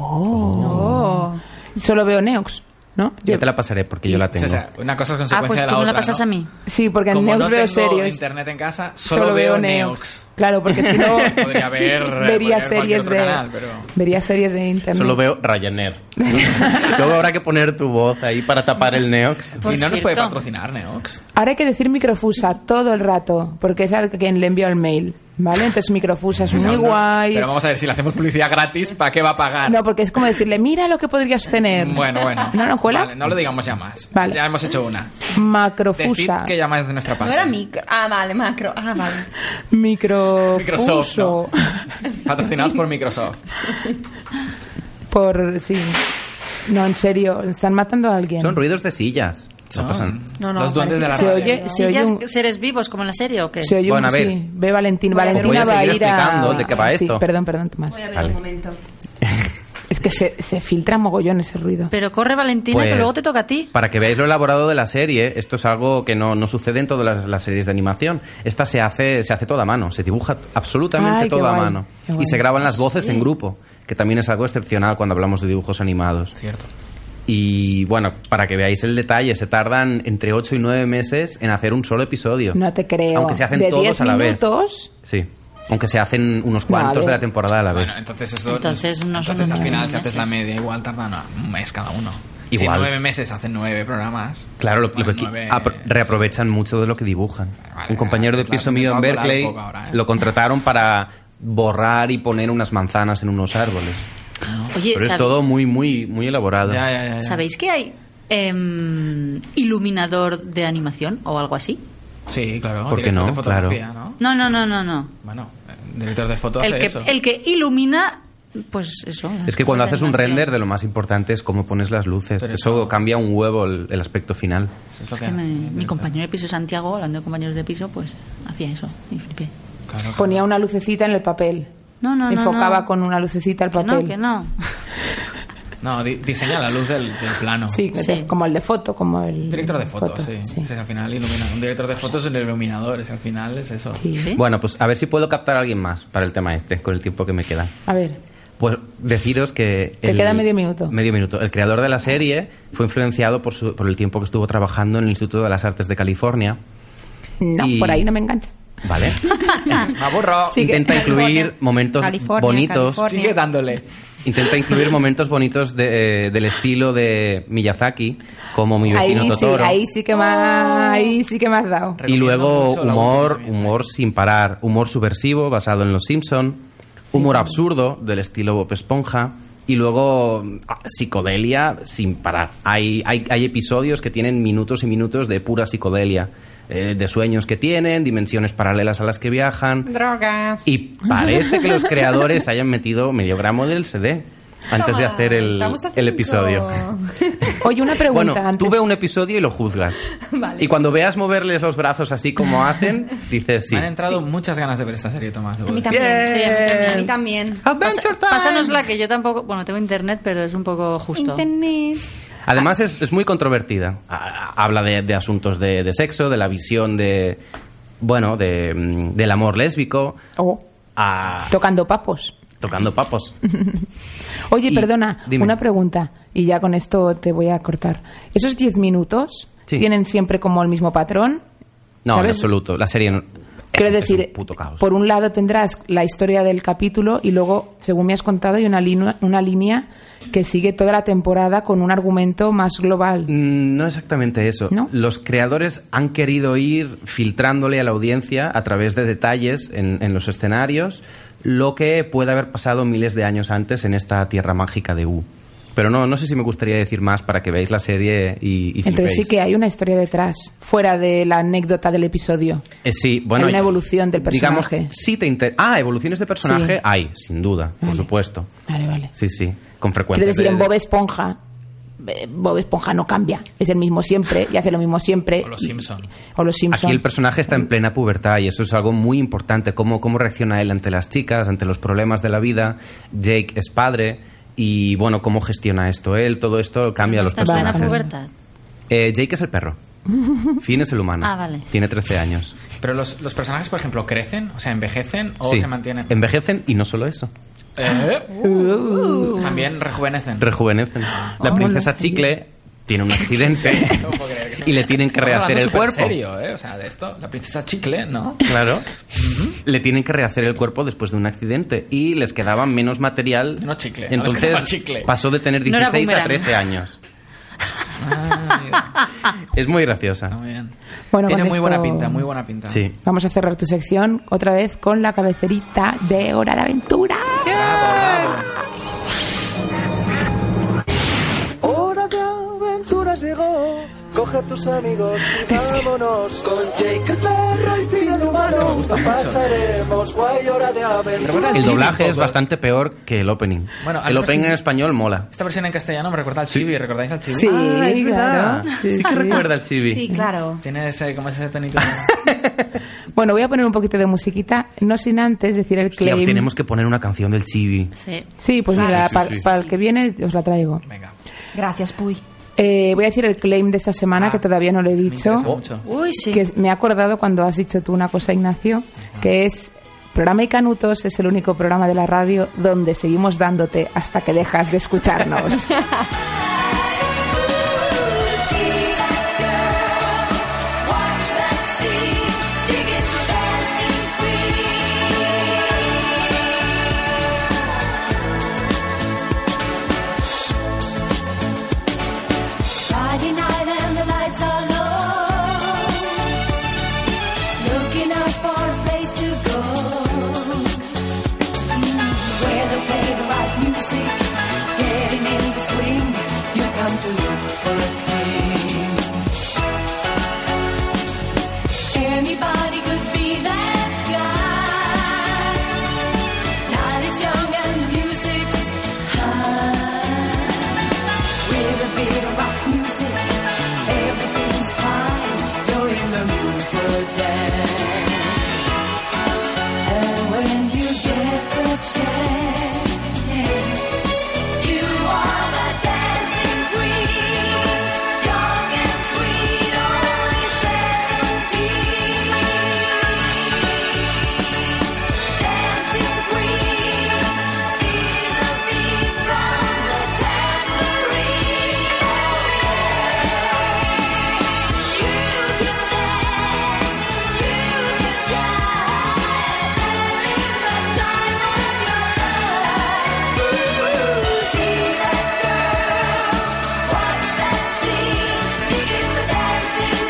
solo veo Neox, ¿no? Yo te la pasaré porque yo la tengo. O sea, una cosa es Ah, consecuencia pues de tú la me otra. la pasas ¿no? a mí. Sí, porque en Como Neox no veo tengo series. internet en casa, Solo veo Neox. Claro, porque si no Podría haber vería cualquier series otro de canal, pero... vería series de internet. Solo veo Ryanair. Luego habrá que poner tu voz ahí para tapar el Neox. Por y no nos puede cierto. patrocinar Neox. Ahora hay que decir microfusa todo el rato, porque es al quien le envió el mail, ¿vale? Entonces microfusa es muy No, guay. Pero vamos a ver, si le hacemos publicidad gratis, ¿para qué va a pagar? No, porque es como decirle, mira lo que podrías tener. Bueno. ¿No cuela? Vale, no lo digamos ya más. Vale. Ya hemos hecho una. Decid Macrofusa. que llamáis de nuestra No parte. era micro. Ah, vale, macro. Ah, vale. Microfuso. Microsoft, ¿no? Patrocinados por Microsoft. Sí. No, en serio, están matando a alguien. Son ruidos de sillas. No pasan. No, Los duendes de la Se radio. oye, se oye ¿Sillas, un... seres vivos como en la serie o qué? Se oye Bueno, un... a ver. Sí, ve Valentín. Voy a Valentina va a seguir ir a... explicando de qué va Sí, esto. perdón, Tomás. Voy a ver Vale. un momento. Es que se filtra mogollón ese ruido. Pero corre Valentina, Pues, que luego te toca a ti. Para que veáis lo elaborado de la serie, esto es algo que no sucede en todas las series de animación. Esta se hace toda a mano, se dibuja absolutamente Ay, qué todo a guay, mano. qué guay. Y se graban las voces en grupo, que también es algo excepcional cuando hablamos de dibujos animados. Cierto. Y bueno, para que veáis el detalle, se tardan entre 8 y 9 meses en hacer un solo episodio. No te creo. Aunque se hacen de todos 10 a la vez. minutos, Sí. Aunque se hacen unos No, a cuantos ver. de la temporada a la vez. Bueno, entonces eso... Entonces no son entonces al 9 final, si haces la meses. media, igual tardan un mes cada uno. Igual. Si en 9 meses hacen 9 programas... Claro, bueno, 9, reaprovechan mucho de lo que dibujan. Vale, Un compañero de pues la piso mío en gente va a colar Berkeley un poco ahora, ¿eh? lo contrataron para borrar y poner unas manzanas en unos árboles. Oye, Pero es todo muy, muy, muy elaborado. Ya. ¿sabéis que hay iluminador de animación o algo así? Sí, claro. ¿Por qué director no? de fotografía, Claro. No. Bueno, director de foto El hace que, eso. el que ilumina, pues eso. las Es que cuando cosas haces de un animación. render, de lo más importante es cómo pones las luces. Pero eso eso- cambia un huevo el aspecto final. Eso es lo Es que hace. mi compañero de piso Santiago, hablando de compañeros de piso, pues hacía eso y flipé. Claro. ponía una lucecita en el papel. No. Enfocaba con una lucecita el papel. Que no. No, diseña la luz del plano. Sí, Sí. como el de foto, como el... Director de fotos, sí. sí. Sí, al final ilumina. Un director de fotos es el iluminador, al final es eso. Sí. ¿Sí? Bueno, pues a ver si puedo captar a alguien más para el tema este, con el tiempo que me queda. A ver, Pues deciros que... Te queda medio minuto. Medio minuto. El creador de la serie fue influenciado por el tiempo que estuvo trabajando en el Instituto de las Artes de California. no, Y- por ahí no me engancha. ¿Vale? Me aburro. Sí. Sigue. Intenta incluir momentos California, bonitos. California. Sigue dándole. Intenta incluir momentos bonitos del estilo de Miyazaki, como mi vecino Totoro. ahí sí que me has dado. Y luego Recomiendo mucho la humor, última. humor sin parar, humor subversivo basado en Los Simpson, humor absurdo del estilo Bob Esponja y luego psicodelia sin parar. Hay episodios que tienen minutos y minutos de pura psicodelia. de sueños que tienen, dimensiones paralelas a las que viajan. Drogas. Y parece que los creadores hayan metido medio gramo del CD antes de hacer el episodio. Oye, una pregunta Bueno, antes. tú ve un episodio y lo juzgas. Vale. Y cuando veas moverles los brazos así como hacen, dices sí. Me han entrado muchas ganas de ver esta serie, Tomás. A mí debo decir. también. Sí, a mí también. A mí también. Adventure Time. Pásanosla, que yo tampoco... Bueno, tengo internet, pero es un poco justo. Internet. Además es muy controvertida. Habla de asuntos de sexo, de la visión de... Bueno, del amor lésbico. Oh, tocando papos. Tocando papos. Oye, Y- perdona, dime. una pregunta. Y ya con esto te voy a cortar. ¿Esos 10 minutos Sí. tienen siempre como el mismo patrón? No, en ¿Sabes? absoluto. La serie no- Quiero es decir, un puto caos. por un lado tendrás la historia del capítulo y luego, según me has contado, hay una línea que sigue toda la temporada con un argumento más global. No exactamente eso. ¿No? Los creadores han querido ir filtrándole a la audiencia a través de detalles en los escenarios lo que puede haber pasado miles de años antes en esta tierra mágica de U. Pero no sé si me gustaría decir más para que veáis la serie y Entonces sí flipéis. que hay una historia detrás, fuera de la anécdota del episodio. Sí, bueno, Hay una evolución del digamos, personaje. sí evoluciones de personaje Sí. hay, sin duda, por Vale. supuesto. Vale. Sí, con frecuencia. Quiero decir, en Bob Esponja no cambia, es el mismo siempre y hace lo mismo siempre. O los Simpson. O los Simpson. Aquí el personaje está en plena pubertad y eso es algo muy importante, cómo reacciona él ante las chicas, ante los problemas de la vida. Jake es padre y, bueno, cómo gestiona esto él, todo esto cambia a los ¿Está en plena personajes. pubertad? Jake es el perro. Finn es el humano. Ah, vale. Tiene 13 años. Pero los personajes, por ejemplo, ¿crecen? O sea, ¿envejecen o Sí. se mantienen? Envejecen y no solo eso. También rejuvenecen. Rejuvenecen. La princesa Chicle tiene un accidente No puedo creer que y le tienen que Estamos rehacer hablando el cuerpo. superserio, ¿eh? O sea, de esto, la princesa Chicle, ¿no? Claro. Le tienen que rehacer el cuerpo después de un accidente y les quedaba menos material. No chicle, no les Entonces quedaba chicle. pasó de tener No era 16 a boomerang. 13 años. Ah, Es muy graciosa. está muy bien. Bueno, Tiene con muy esto buena pinta, muy buena pinta. Sí. Vamos a cerrar tu sección otra vez con la cabezerita de Hora de Aventura. Bravo, bravo. Hora de aventuras llegó. Coge a tus amigos y vámonos con Jake el perro y Finn el humano. gusta mucho. Pasaremos guay hora de aventuras. El Chibi doblaje un es poco. bastante peor que el opening. Bueno, el opening en español mola. Esta versión en castellano me recuerda al Chibi. ¿Recordáis al Chibi? Sí, Ah, es verdad. claro. Sí que recuerda al chibi. Sí, claro. Tiene ese, como ese tonito. Bueno, voy a poner un poquito de musiquita, no sin antes decir el Hostia, claim. tenemos que poner una canción del chibi. Sí. Sí, pues mira, sí, para sí. el que viene os la traigo. Venga. Gracias, Puy. Voy a decir el claim de esta semana, que todavía no lo he Me dicho. interesa mucho. Uy, sí. Que me he acordado cuando has dicho tú una cosa, Ignacio, que es Programa y Canutos es el único programa de la radio donde seguimos dándote hasta que dejas de escucharnos. Friday night and the lights are low. Looking out for a place to go. Where they play the right music. Getting in the swing. You come to look for a king. Anybody could be that guy. Night is young and the music's high. With a bit of rock music, everything's fine. You're in the mood for a dance. And when you get the chance, you are the dancing queen. Young and sweet, only 17. Dancing queen, feel the beat from the tambourine. You can dance, you can jive, having the time of your life. See that girl, watch that scene, dig the dancing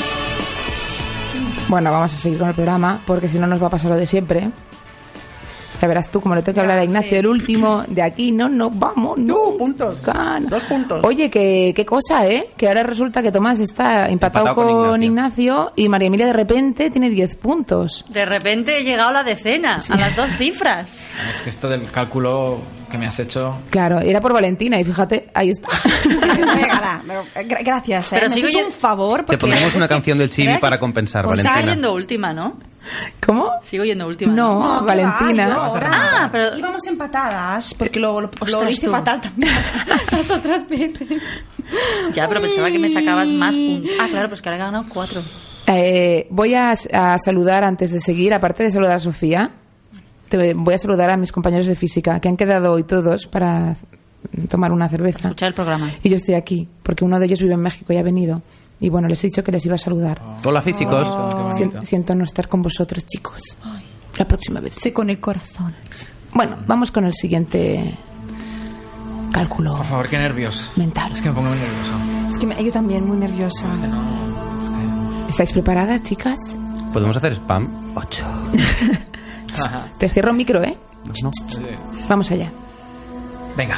queen. Bueno, vamos a seguir con el programa porque si no nos va a pasar lo de siempre. Ya verás tú, como le tengo que hablar a Ignacio, el último, de aquí no nos vamos. No, puntos. Gana. 2 puntos. Oye, qué cosa, ¿eh? Que ahora resulta que Tomás está empatado con Ignacio y María Emilia de repente tiene 10 puntos. De repente he llegado a la decena, a las 2 cifras. Es que esto del cálculo que me has hecho... Claro, era por Valentina y fíjate, ahí está. Gracias, Pero me has sigo hecho yo- un favor. Te ponemos una canción del Chibi ¿Verdad para que- compensar, Pues Sigo Valentina. yendo última, ¿no? ¿Cómo? Sigo yendo última. No, No, Valentina. ¿qué va? Yo ahora- Ah, pero- íbamos empatadas porque lo Ostras, viste tú. fatal también las otras veces. Ya, pero pensaba que me sacabas más puntos. Ah, claro, pues que ahora he ganado 4. Voy a saludar antes de seguir, aparte de saludar a Sofía, voy a saludar a mis compañeros de física que han quedado hoy todos para tomar una cerveza. Escuchar el programa. Y yo estoy aquí porque uno de ellos vive en México y ha venido. Y bueno, les he dicho que les iba a saludar. Hola, físicos. Qué bonito. Siento no estar con vosotros, chicos. La próxima vez. Sí, con el corazón. Bueno, vamos con el siguiente cálculo Por favor, qué nervios. mental. Es que me pongo muy nervioso. Es que yo también, muy nerviosa. ¿Estáis preparadas, chicas? ¿Podemos hacer spam? 8. Ajá. Te cierro el micro, ¿eh? No. Vamos allá. Venga.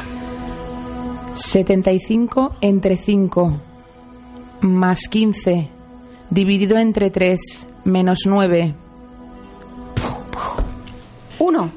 75 entre 5 más 15 dividido entre 3 menos 9. 1.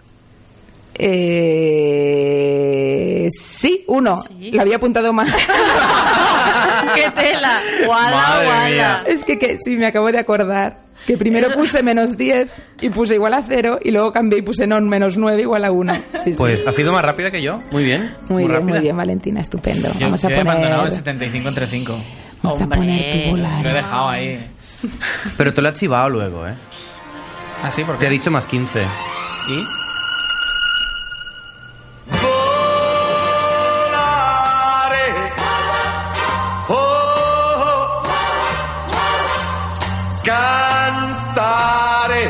Sí, 1. Sí. Lo había apuntado mal. ¡Qué tela! ¡Wala, Madre wala! mía. Es que sí, me acabo de acordar. Que primero puse menos 10 y puse igual a 0 y luego cambié y puse no, menos 9 igual a 1. Sí, Pues sí. ha sido más rápida que yo. Muy bien. Muy bien, rápida. muy bien, Valentina, estupendo. Yo, Vamos a yo he abandonado el poner... 75 entre 5. Vamos a Hombre. poner Lo he tubular. dejado ahí. Pero te lo has chivado luego, ¿eh? ¿Ah, sí? ¿Por Te ha qué? dicho más 15. ¿Y? Cantare.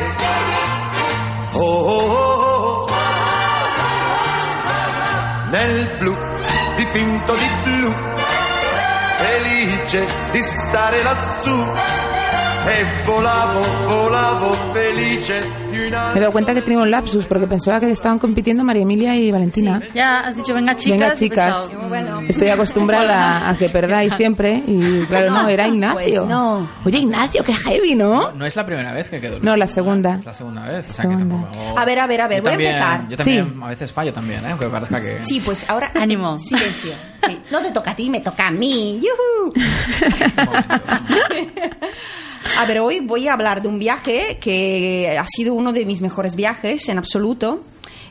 Nel blu dipinto di blu, felice di stare lassù. E volavo felice più in Me he alto. dado cuenta que he tenido un lapsus porque pensaba que estaban compitiendo María Emilia y Valentina. Ya has dicho, venga, chicas. Venga, he chicas. pensado, Estoy acostumbrada a que perdáis siempre y claro, no, era Ignacio. Pues no. Oye, Ignacio, qué heavy, ¿no? No es la primera vez que quedo. No, la segunda. Es la segunda vez. O sea Segunda. que tampoco... A ver, Yo voy a también- empezar. Yo también Sí. a veces fallo también, ¿eh? Aunque parezca que... Sí, pues ahora... Ánimo. Silencio. Sí. No te toca a ti, me toca a mí. ¡Yujú! A ver, hoy voy a hablar de un viaje que ha sido uno de mis mejores viajes en absoluto.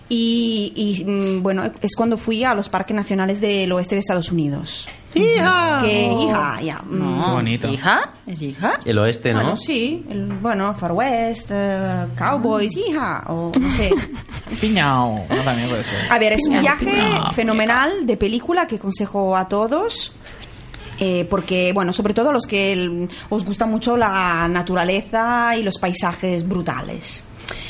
Bueno, es cuando fui a los parques nacionales del oeste de Estados Unidos. ¡Hija! Ya. No. Qué bonito. ¿Hija? ¿Es hija? El oeste, ¿no? Bueno, sí. Far West, Cowboys, hija, o no sé. Piñao. No, también puede ser. A ver, es un viaje Piñao, fenomenal de película que aconsejo a todos. Porque, bueno, sobre todo a los que os gusta mucho la naturaleza y los paisajes brutales.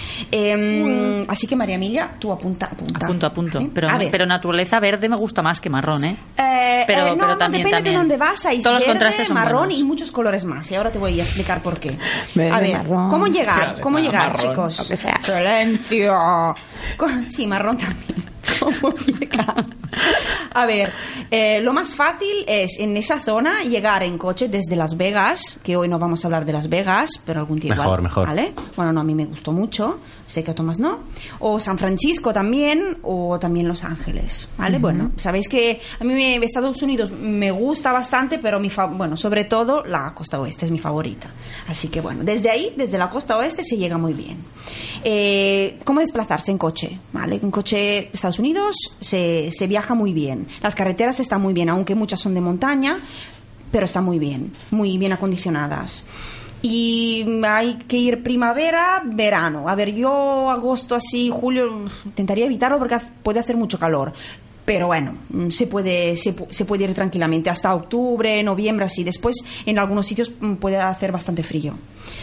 Así que, María Emilia, tú apunta. Apunto. ¿Eh? Pero, A ver. pero naturaleza verde me gusta más que marrón, ¿eh? No, pero también, depende de dónde vas. Hay Todos los verde, contrastes son marrón buenos. y muchos colores más. Y ahora te voy a explicar por qué. Verde, A ver, marrón. ¿cómo Sí, llegar? vale, ¿Cómo llegar, marrón, chicos? lo que sea. Silencio. Sí, marrón también. ¿Cómo llegar? A ver, lo más fácil es en esa zona llegar en coche desde Las Vegas, que hoy no vamos a hablar de Las Vegas, pero algún día igual, Mejor. ¿vale? Bueno, no, a mí me gustó mucho, sé que a Tomás no. O San Francisco también, o también Los Ángeles, ¿vale? Bueno, sabéis que a mí Estados Unidos me gusta bastante, pero bueno, sobre todo la costa oeste es mi favorita. Así que bueno, desde ahí, desde la costa oeste se llega muy bien. ¿Cómo desplazarse en coche? ¿Vale? En coche Estados Unidos se viaja muy bien. Las carreteras están muy bien, aunque muchas son de montaña, pero están muy bien acondicionadas. Y hay que ir primavera, verano. A ver, yo agosto así, julio, intentaría evitarlo porque puede hacer mucho calor. Pero bueno, se puede ir tranquilamente hasta octubre, noviembre, así. Después en algunos sitios puede hacer bastante frío.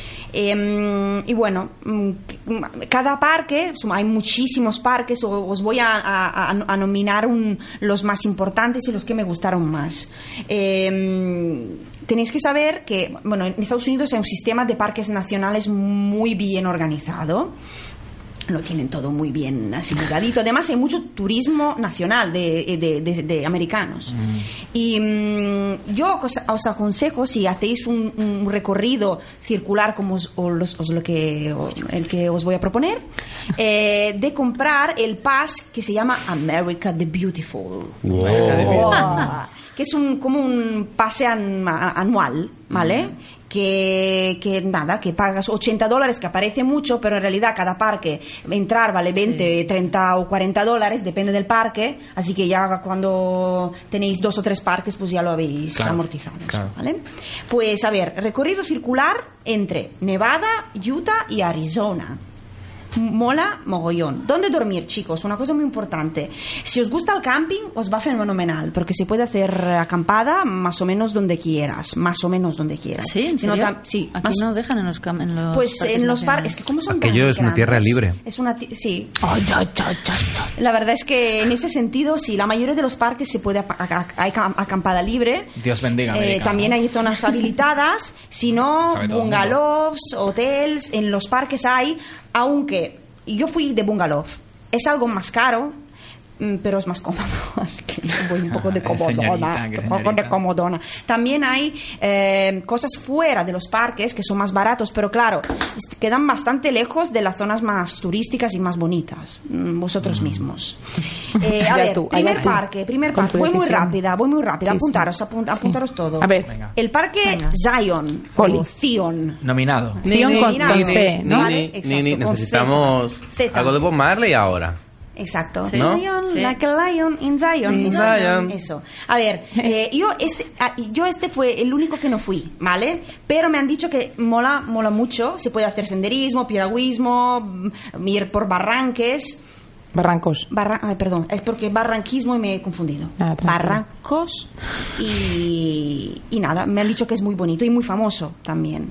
Y bueno, cada parque, hay muchísimos parques, os voy a nominar los más importantes y los que me gustaron más. Tenéis que saber que, bueno, en Estados Unidos hay un sistema de parques nacionales muy bien organizado. lo tienen todo muy bien así cuidadito. Además hay mucho turismo nacional de americanos. Y yo os aconsejo, si hacéis un recorrido circular como el que os voy a proponer, de comprar el pass que se llama America the Beautiful. Que es como un pase anual, ¿vale? Que nada, que pagas $80, que aparece mucho, pero en realidad cada parque entrar vale 20, 30 o $40, depende del parque, así que ya cuando tenéis 2 o 3 parques pues ya lo habéis amortizado, ¿vale? Pues a ver, recorrido circular entre Nevada, Utah y Arizona. Mola mogollón. ¿Dónde dormir, chicos? Una cosa muy importante. Si os gusta el camping, os va fenomenal, porque se puede hacer acampada más o menos donde quieras. Más o menos donde quieras. ¿Sí? ¿En serio? Sí. Aquí no dejan en los pues parques en los nacionales. parques, es que como son Aquello tan es una grandes, tierra libre. Es una sí. La verdad es que en ese sentido, sí, la mayoría de los parques se puede hay acampada libre. Dios bendiga América, también ¿no? hay zonas habilitadas, si no, Sabe todo el bungalows, hoteles, en los parques hay, aunque yo fui de bungalow, es algo más caro, pero es más cómodo, así que voy un poco de comodona. También hay cosas fuera de los parques que son más baratos, pero claro, quedan bastante lejos de las zonas más turísticas y más bonitas, vosotros mismos. A ver, primer parque, voy muy rápida, apuntaros todo. A ver. Venga. El parque Zion, o Zion. Nominado. Zion con C, ¿no? Vale, exacto, con necesitamos Z. algo de Bob Marley ahora. Exacto. Sí. ¿No? Lion, Sí. like a lion in Zion. In Eso. Zion. Eso. A ver, yo este fue el único que no fui, ¿vale? Pero me han dicho que mola mucho. Se puede hacer senderismo, piragüismo, ir por barranques. Barrancos. Perdón, es porque barranquismo y me he confundido. Tranquilo. Barrancos y nada, me han dicho que es muy bonito y muy famoso también.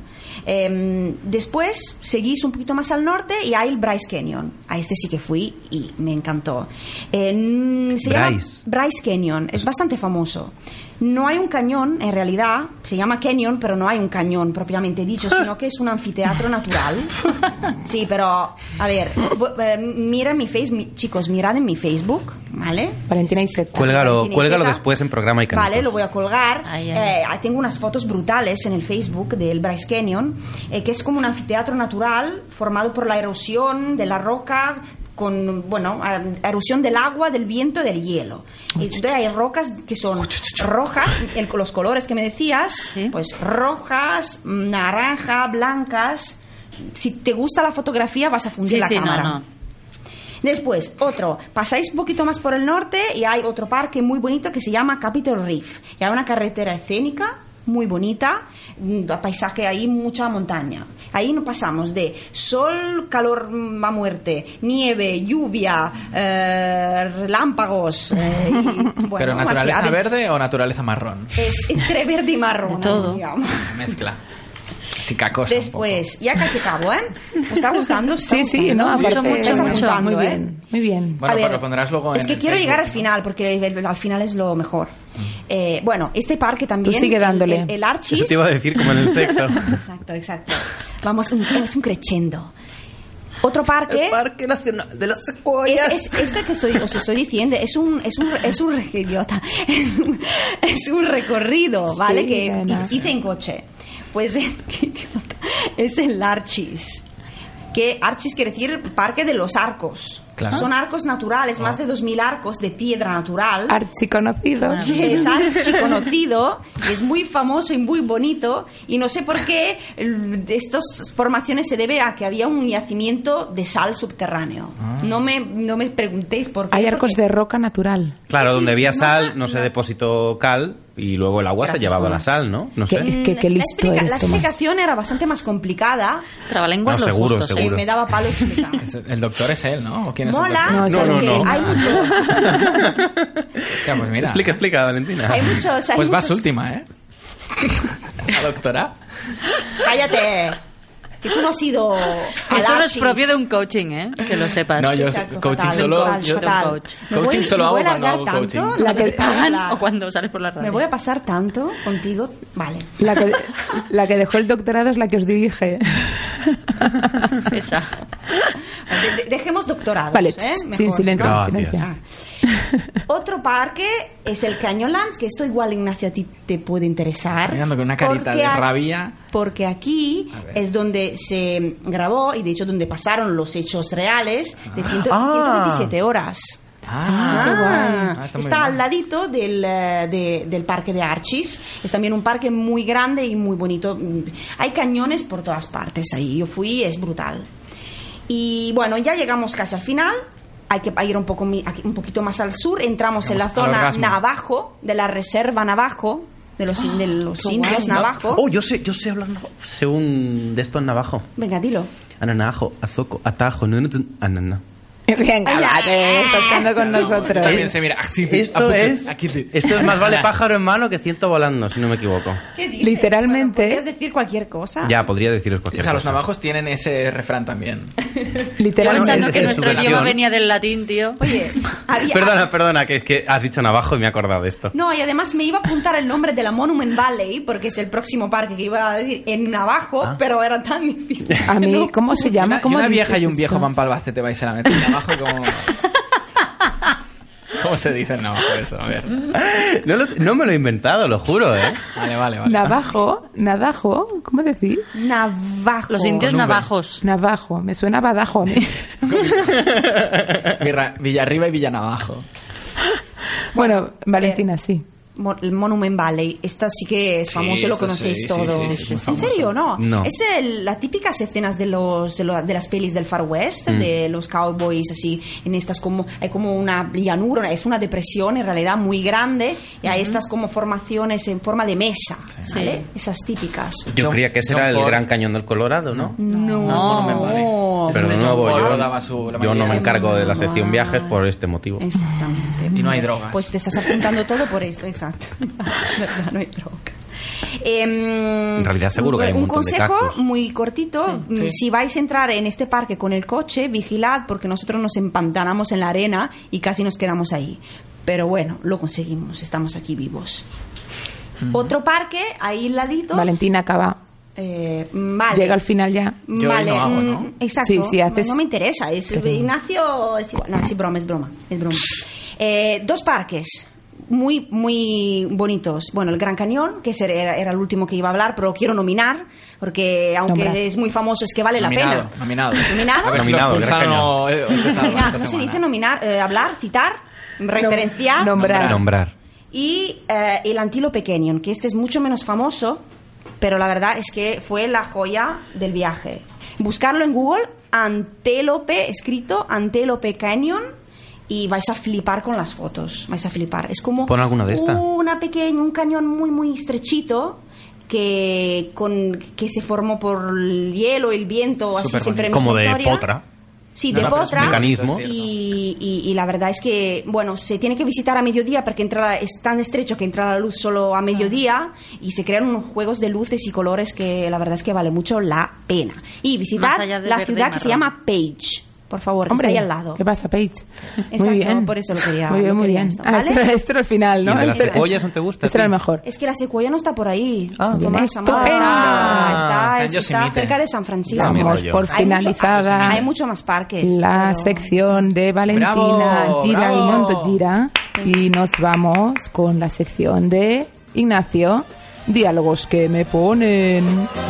Después seguís un poquito más al norte y hay el Bryce Canyon. A este sí que fui y me encantó. Se llama Bryce Canyon, es bastante famoso. No hay un cañón, en realidad, se llama canyon, pero no hay un cañón propiamente dicho, sino que es un anfiteatro natural. Sí, pero, a ver, mira mi Facebook, chicos, mirad en mi Facebook, ¿vale? Valentina y Seta. Cuélgalo Valentina Iseta. después en programa y canal. Vale, lo voy a colgar. Ahí. Tengo unas fotos brutales en el Facebook del Bryce Canyon, que es como un anfiteatro natural formado por la erosión de la roca, con, erosión del agua, del viento y del hielo. Y entonces hay rocas que son rojas, los colores que me decías, Sí. pues rojas, naranja, blancas. Si te gusta la fotografía vas a fundir la cámara. No. Después, pasáis un poquito más por el norte y hay otro parque muy bonito que se llama Capitol Reef. Y hay una carretera escénica muy bonita, paisaje ahí, mucha montaña. Ahí no pasamos de sol, calor a muerte, nieve, lluvia, relámpagos. ¿Pero naturaleza verde o naturaleza marrón? Es entre verde y marrón. De todo. Digamos. Mezcla. Así cacosa. Después, ya casi acabo, ¿eh? ¿Os está gustando? ¿Os está Sí, gustando? no, aparte mucho, Estáis mucho. apuntando, muy ¿eh? bien, muy bien. Bueno, A ver, pues lo pondrás luego en es que el quiero Facebook, llegar al ¿no? final, porque al final es lo mejor. Este parque también. Tú sigue dándole. El Archis. Eso te iba a decir como en el sexo. Exacto. Vamos, es un crescendo. Otro parque. El Parque Nacional de las Secuoyas. Es este que os estoy diciendo, es un idiota. Es un recorrido, ¿vale? Sí, Que bueno. hice en coche. Pues qué idiota. Es el Archis. Que Archis quiere decir Parque de los Arcos. Claro. Son arcos naturales, más de 2.000 arcos de piedra natural. Archiconocido. Que es archiconocido, y es muy famoso y muy bonito, y no sé por qué estas formaciones se debe a que había un yacimiento de sal subterráneo. No me preguntéis por qué. Hay arcos porque- de roca natural. Claro, Sí, donde había no, sal no se depositó cal y luego el agua se Gracias, llevaba la Tomás. sal, ¿no? No ¿Qué? sé. Qué listo eres, la Tomás. explicación era bastante más complicada. Trabalenguas No, lo seguro, justo, sí. seguro. Me daba palo explicar. El doctor es él, ¿no? ¿O quién es el Mola. doctor? No, porque no. Hay mucho. Ya, pues mira. Explica, Valentina. Hay muchos. Pues vas última, ¿eh? La doctora. Cállate. Que tú no has ido. al Eso no es Archis. propio de un coaching, ¿eh? Que lo sepas. No, yo Exacto, coaching fatal, solo. fatal, yo- fatal. coach. Me Coaching solo me hago voy a cuando alargar hago coaching. tanto. La que te pagan O cuando sales por la radio. Me voy a pasar tanto contigo. Vale. La que dejó el doctorado es la que os dirige. Esa. Dejemos doctorados. Vale, Mejor, sí, silencio, ¿no? Gracias. silencio. Otro parque es el Canyonlands, que esto igual, Ignacio, a ti te puede interesar. Mirando con una carita porque de rabia. Porque aquí A ver. es donde se grabó y de hecho donde pasaron los hechos reales de 127 horas. Está muy Está al bien. ladito del parque de Archis. Es también un parque muy grande y muy bonito. Hay cañones por todas partes ahí. Yo fui, es brutal. Y bueno, ya llegamos casi al final. Hay que ir un poquito más al sur. Entramos en la Llegamos al zona orgasmo. Navajo, de la reserva Navajo, de los indios Navajo. Oh, yo sé hablar según de esto en navajo. Venga, dilo. Ananajo, azoco, atajo, anana. Venga, Ay, va, que estás estando con nosotros. También se mira. Esto es más vale pájaro en mano que ciento volando, si no me equivoco. ¿Qué dices? Literalmente. Bueno, ¿podrías decir cualquier cosa? Ya, podría deciros O cualquier sea, los cosa. navajos tienen ese refrán también. Yo Literalmente. pensando que es nuestro su idioma versión. venía del latín, tío. Oye, había... Perdona, que es que has dicho navajo y me he acordado de esto. No, y además me iba a apuntar el nombre de la Monument Valley, porque es el próximo parque que iba a decir en Navajo, pero era tan difícil. A mí, No. ¿cómo se llama? Y ¿Cómo una dices vieja y un esto? viejo van para Albacete, vais a la meter en navajo y como... ¿Cómo se dice en navajo eso? A ver. No me lo he inventado, lo juro, ¿eh? Vale. Navajo, ¿cómo decir? Navajo. Los indios Con V. navajos. Navajo, me suena a Badajo a mí. Villarriba y Villanavajo. Bueno, Valentina, sí. El Monument Valley. Esta sí que es Sí, famoso, lo esto conocéis sí, todos. sí, es muy ¿En famoso. serio, no? No. Es las típicas escenas de las pelis del Far West, de los cowboys, así, en estas como, hay como una llanura, es una depresión en realidad muy grande, y hay estas como formaciones en forma de mesa, ¿vale? Esas típicas. Yo creía que ese era el Ford. Gran Cañón del Colorado, ¿no? No. Monument Valley. Pero De de John nuevo, Ford yo, daba su- la yo no me mayoría. encargo de la sección viajes por este motivo. Exactamente. Y no hay drogas. Pues te estás apuntando todo por esto, exacto. Verdad, no hay droga. En realidad seguro que hay un montón de consejo cactus. muy cortito. Sí. Si vais a entrar en este parque con el coche, vigilad porque nosotros nos empantanamos en la arena y casi nos quedamos ahí. Pero bueno, lo conseguimos, estamos aquí vivos. Otro parque, ahí al ladito. Valentina acaba. Vale. Llega al final ya. Yo ahí no hago, ¿no? Exacto. Sí, sí, haces- No me interesa. Ignacio es igual. No, es broma. Dos parques muy, muy bonitos. Bueno, el Gran Cañón, que era el último que iba a hablar, pero lo quiero nominar, porque aunque Nombrar. es muy famoso, es que vale la pena. Nominado. ¿Nominado? A ver si Nominado, lo expulsan Gran o se salva Nominar, esta no se semana. dice nominar, hablar, citar, referenciar. Nombrar. Nombrar. Y el Antílope Canyon, que este es mucho menos famoso, pero la verdad es que fue la joya del viaje. Buscarlo en Google, Antílope, escrito Antílope Canyon, y vais a flipar con las fotos. Vais a flipar. Es como Pon alguna de esta. un cañón muy, muy estrechito que se formó por el hielo, el viento, así Súper siempre Como misma de historia. potra. Sí, No, de no, pero es potra. un mecanismo. Y la verdad es que, bueno, se tiene que visitar a mediodía porque es tan estrecho que entra la luz solo a mediodía y se crean unos juegos de luces y colores que la verdad es que vale mucho la pena. Y visitar Más allá de la verde y ciudad que se marrón. llama Page, por favor, que Hombre, está ahí al lado. ¿qué pasa, Paige? Exacto, Muy bien. por eso lo quería- Muy bien, lo muy quería bien. esto, ¿vale? Esto era el final, ¿no? ¿Y de las Este- cebollas no te gusta? Este era el tío? mejor. Es que la secuoya no está por ahí. Ah, Tomás, estupendo. está Está en Yosemite. cerca de San Francisco. Ah, mi Damos rollo. por Hay mucho- finalizada hay mucho más parques. la pero- sección de Valentina Bravo, Gira bravo. y Monto Gira y nos vamos con la sección de Ignacio, diálogos que me ponen.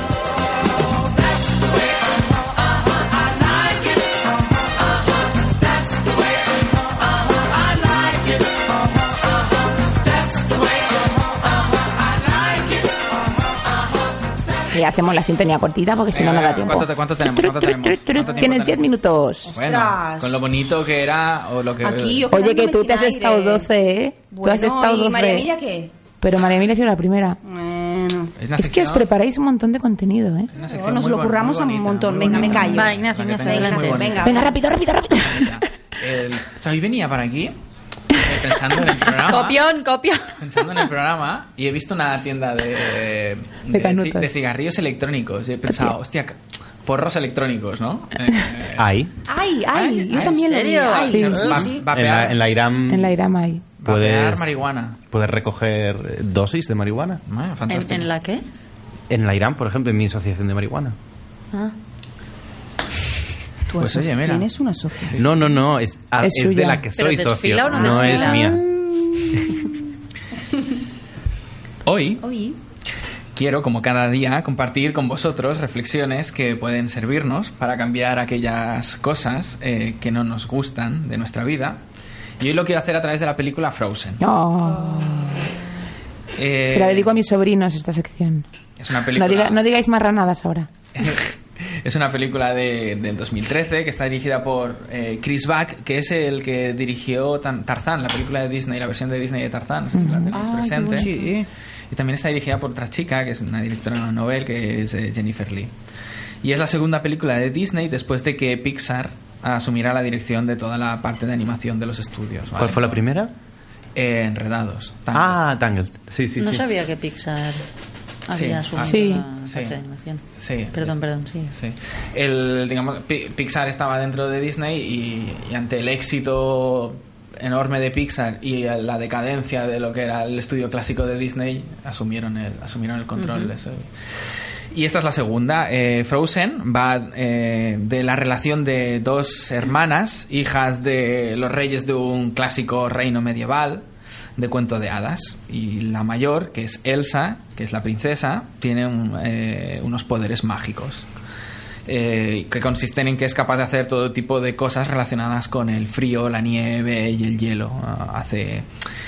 Y hacemos la sintonía cortita porque si no, no da tiempo. ¿Cuánto tenemos? ¿Cuánto tiempo Tienes 10 tenemos? minutos. Bueno, Ostras. con lo bonito que era o lo que... Aquí yo Oye, que quedándome tú sin te has aire. estado 12, ¿eh? Tú has Bueno, estado ¿y 12. María Emilia qué? Pero María Emilia ha sido la primera. Bueno, Es, una Es que os sección- preparáis un montón de contenido, ¿eh? una sección nos muy lo bonita, curramos muy a un bonita, montón. muy Venga, me bonita. callo. Va, Ignacio, La que Ignacio, tenéis muy adelante. bonita. Venga. Venga, rápido, rápido, rápido. O sea, hoy venía para aquí pensando en el programa. Copión. Pensando en el programa y he visto una tienda de canutos. de cigarrillos electrónicos y he pensado, hostia, porros electrónicos, ¿no? Ahí. Ay, yo ¿en también lo vi. serio? Ay, Sí. sí, Va- sí. vapear, En la IRAM En la Irama ahí. vapear puedes, marihuana. puedes recoger dosis de marihuana. Bueno, fantástico. ¿En la qué? En la IRAM, por ejemplo, en mi asociación de marihuana. Ah. Pues oye, mira. Tienes una socia. No, es de suya. la que ¿Pero soy desfila socio, o no no es desfila? mía. Hoy. Quiero, como cada día, compartir con vosotros reflexiones que pueden servirnos para cambiar aquellas cosas que no nos gustan de nuestra vida. Y hoy lo quiero hacer a través de la película Frozen. Oh. Se la dedico a mis sobrinos esta sección. Es una película... No digáis marranadas ahora. Es una película del 2013 que está dirigida por Chris Buck, que es el que dirigió Tarzán, la película de Disney, la versión de Disney de Tarzán. No sé si la tenéis presente. Sí. Y también está dirigida por otra chica, que es una directora novel, que es Jennifer Lee. Y es la segunda película de Disney después de que Pixar asumirá la dirección de toda la parte de animación de los estudios. ¿vale? ¿Cuál fue la primera? Enredados. Tangled. Sí. No sabía que Pixar había asumido Sí. la Sí. parte de animación. Sí. Perdón, sí. Sí. Digamos, Pixar estaba dentro de Disney y ante el éxito enorme de Pixar y la decadencia de lo que era el estudio clásico de Disney, asumieron el control de eso. Y esta es la segunda. Frozen va de la relación de dos hermanas, hijas de los reyes de un clásico reino medieval de cuento de hadas. Y la mayor, que es Elsa, que es la princesa, tiene unos poderes mágicos. Que consisten en que es capaz de hacer todo tipo de cosas relacionadas con el frío, la nieve y el hielo. Hace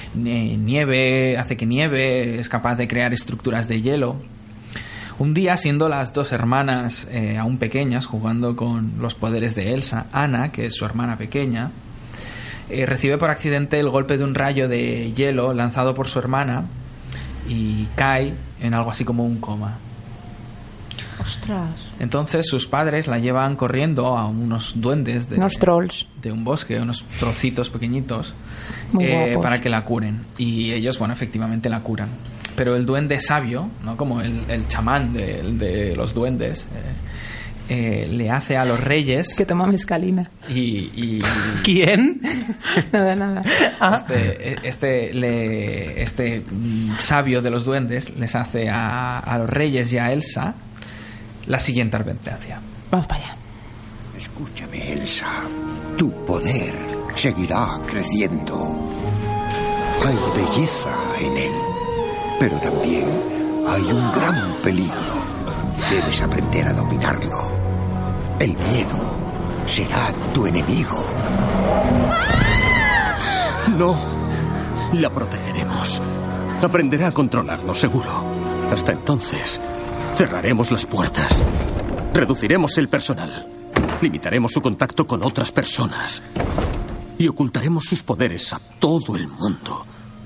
nieve, hace que nieve, es capaz de crear estructuras de hielo. Un día, siendo las dos hermanas aún pequeñas, jugando con los poderes de Elsa, Anna, que es su hermana pequeña, recibe por accidente el golpe de un rayo de hielo lanzado por su hermana y cae en algo así como un coma. Ostras. Entonces sus padres la llevan corriendo a unos duendes Unos trolls. de un bosque, unos trocitos pequeñitos, Muy guapos. para que la curen. Y ellos, bueno, efectivamente la curan. Pero el duende sabio, ¿no? Como el chamán de los duendes, le hace a los reyes... Que toma mezcalina. Y ¿Quién? Nada. Este sabio de los duendes les hace a los reyes y a Elsa la siguiente advertencia. Vamos para allá. Escúchame, Elsa. Tu poder seguirá creciendo. Hay belleza en él, pero también hay un gran peligro. Debes aprender a dominarlo. El miedo será tu enemigo. No, la protegeremos. Aprenderá a controlarlo, seguro. Hasta entonces, cerraremos las puertas. Reduciremos el personal. Limitaremos su contacto con otras personas. Y ocultaremos sus poderes a todo el mundo.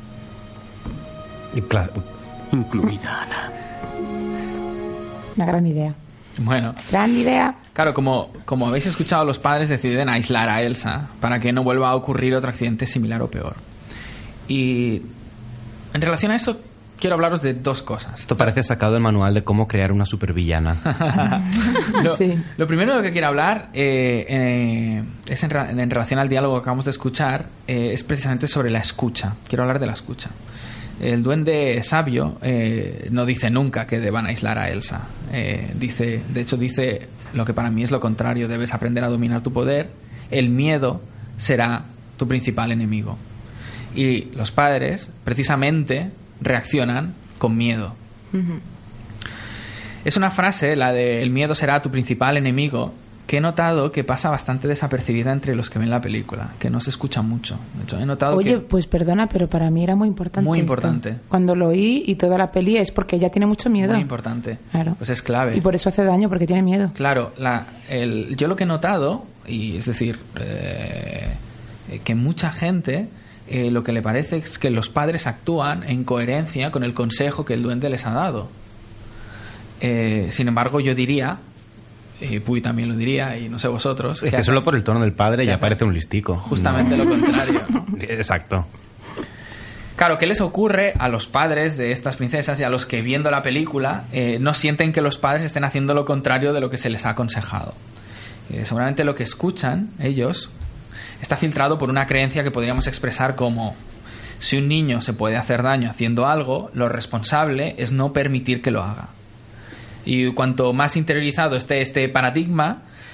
Incluida Ana. Una gran idea. Bueno, Gran idea. claro, como habéis escuchado, los padres deciden aislar a Elsa para que no vuelva a ocurrir otro accidente similar o peor. Y en relación a eso, quiero hablaros de dos cosas. Esto parece sacado del manual de cómo crear una supervillana. Sí. Lo primero de lo que quiero hablar es en relación al diálogo que acabamos de escuchar, es precisamente sobre la escucha. Quiero hablar de la escucha. El duende sabio no dice nunca que deban aislar a Elsa. Dice lo que para mí es lo contrario. Debes aprender a dominar tu poder. El miedo será tu principal enemigo. Y los padres, precisamente, reaccionan con miedo. Ujú. Es una frase, la de el miedo será tu principal enemigo, que he notado que pasa bastante desapercibida entre los que ven la película, que no se escucha mucho. De hecho, he notado Oye, que... pues perdona, pero para mí era muy importante. Muy esto. importante. Cuando lo oí y toda la peli es porque ella tiene mucho miedo. Muy importante. Claro. Pues es clave. Y por eso hace daño, porque tiene miedo. Claro, yo lo que he notado, y es decir, que mucha gente lo que le parece es que los padres actúan en coherencia con el consejo que el duende les ha dado. Sin embargo, yo diría, y Puy también lo diría, y no sé vosotros... Es que solo por el tono del padre ya parece un listico. Justamente lo contrario, ¿no? Exacto. Claro, ¿qué les ocurre a los padres de estas princesas y a los que viendo la película no sienten que los padres estén haciendo lo contrario de lo que se les ha aconsejado? Seguramente lo que escuchan ellos está filtrado por una creencia que podríamos expresar como: si un niño se puede hacer daño haciendo algo, lo responsable es no permitir que lo haga. Y cuanto más interiorizado esté este paradigma,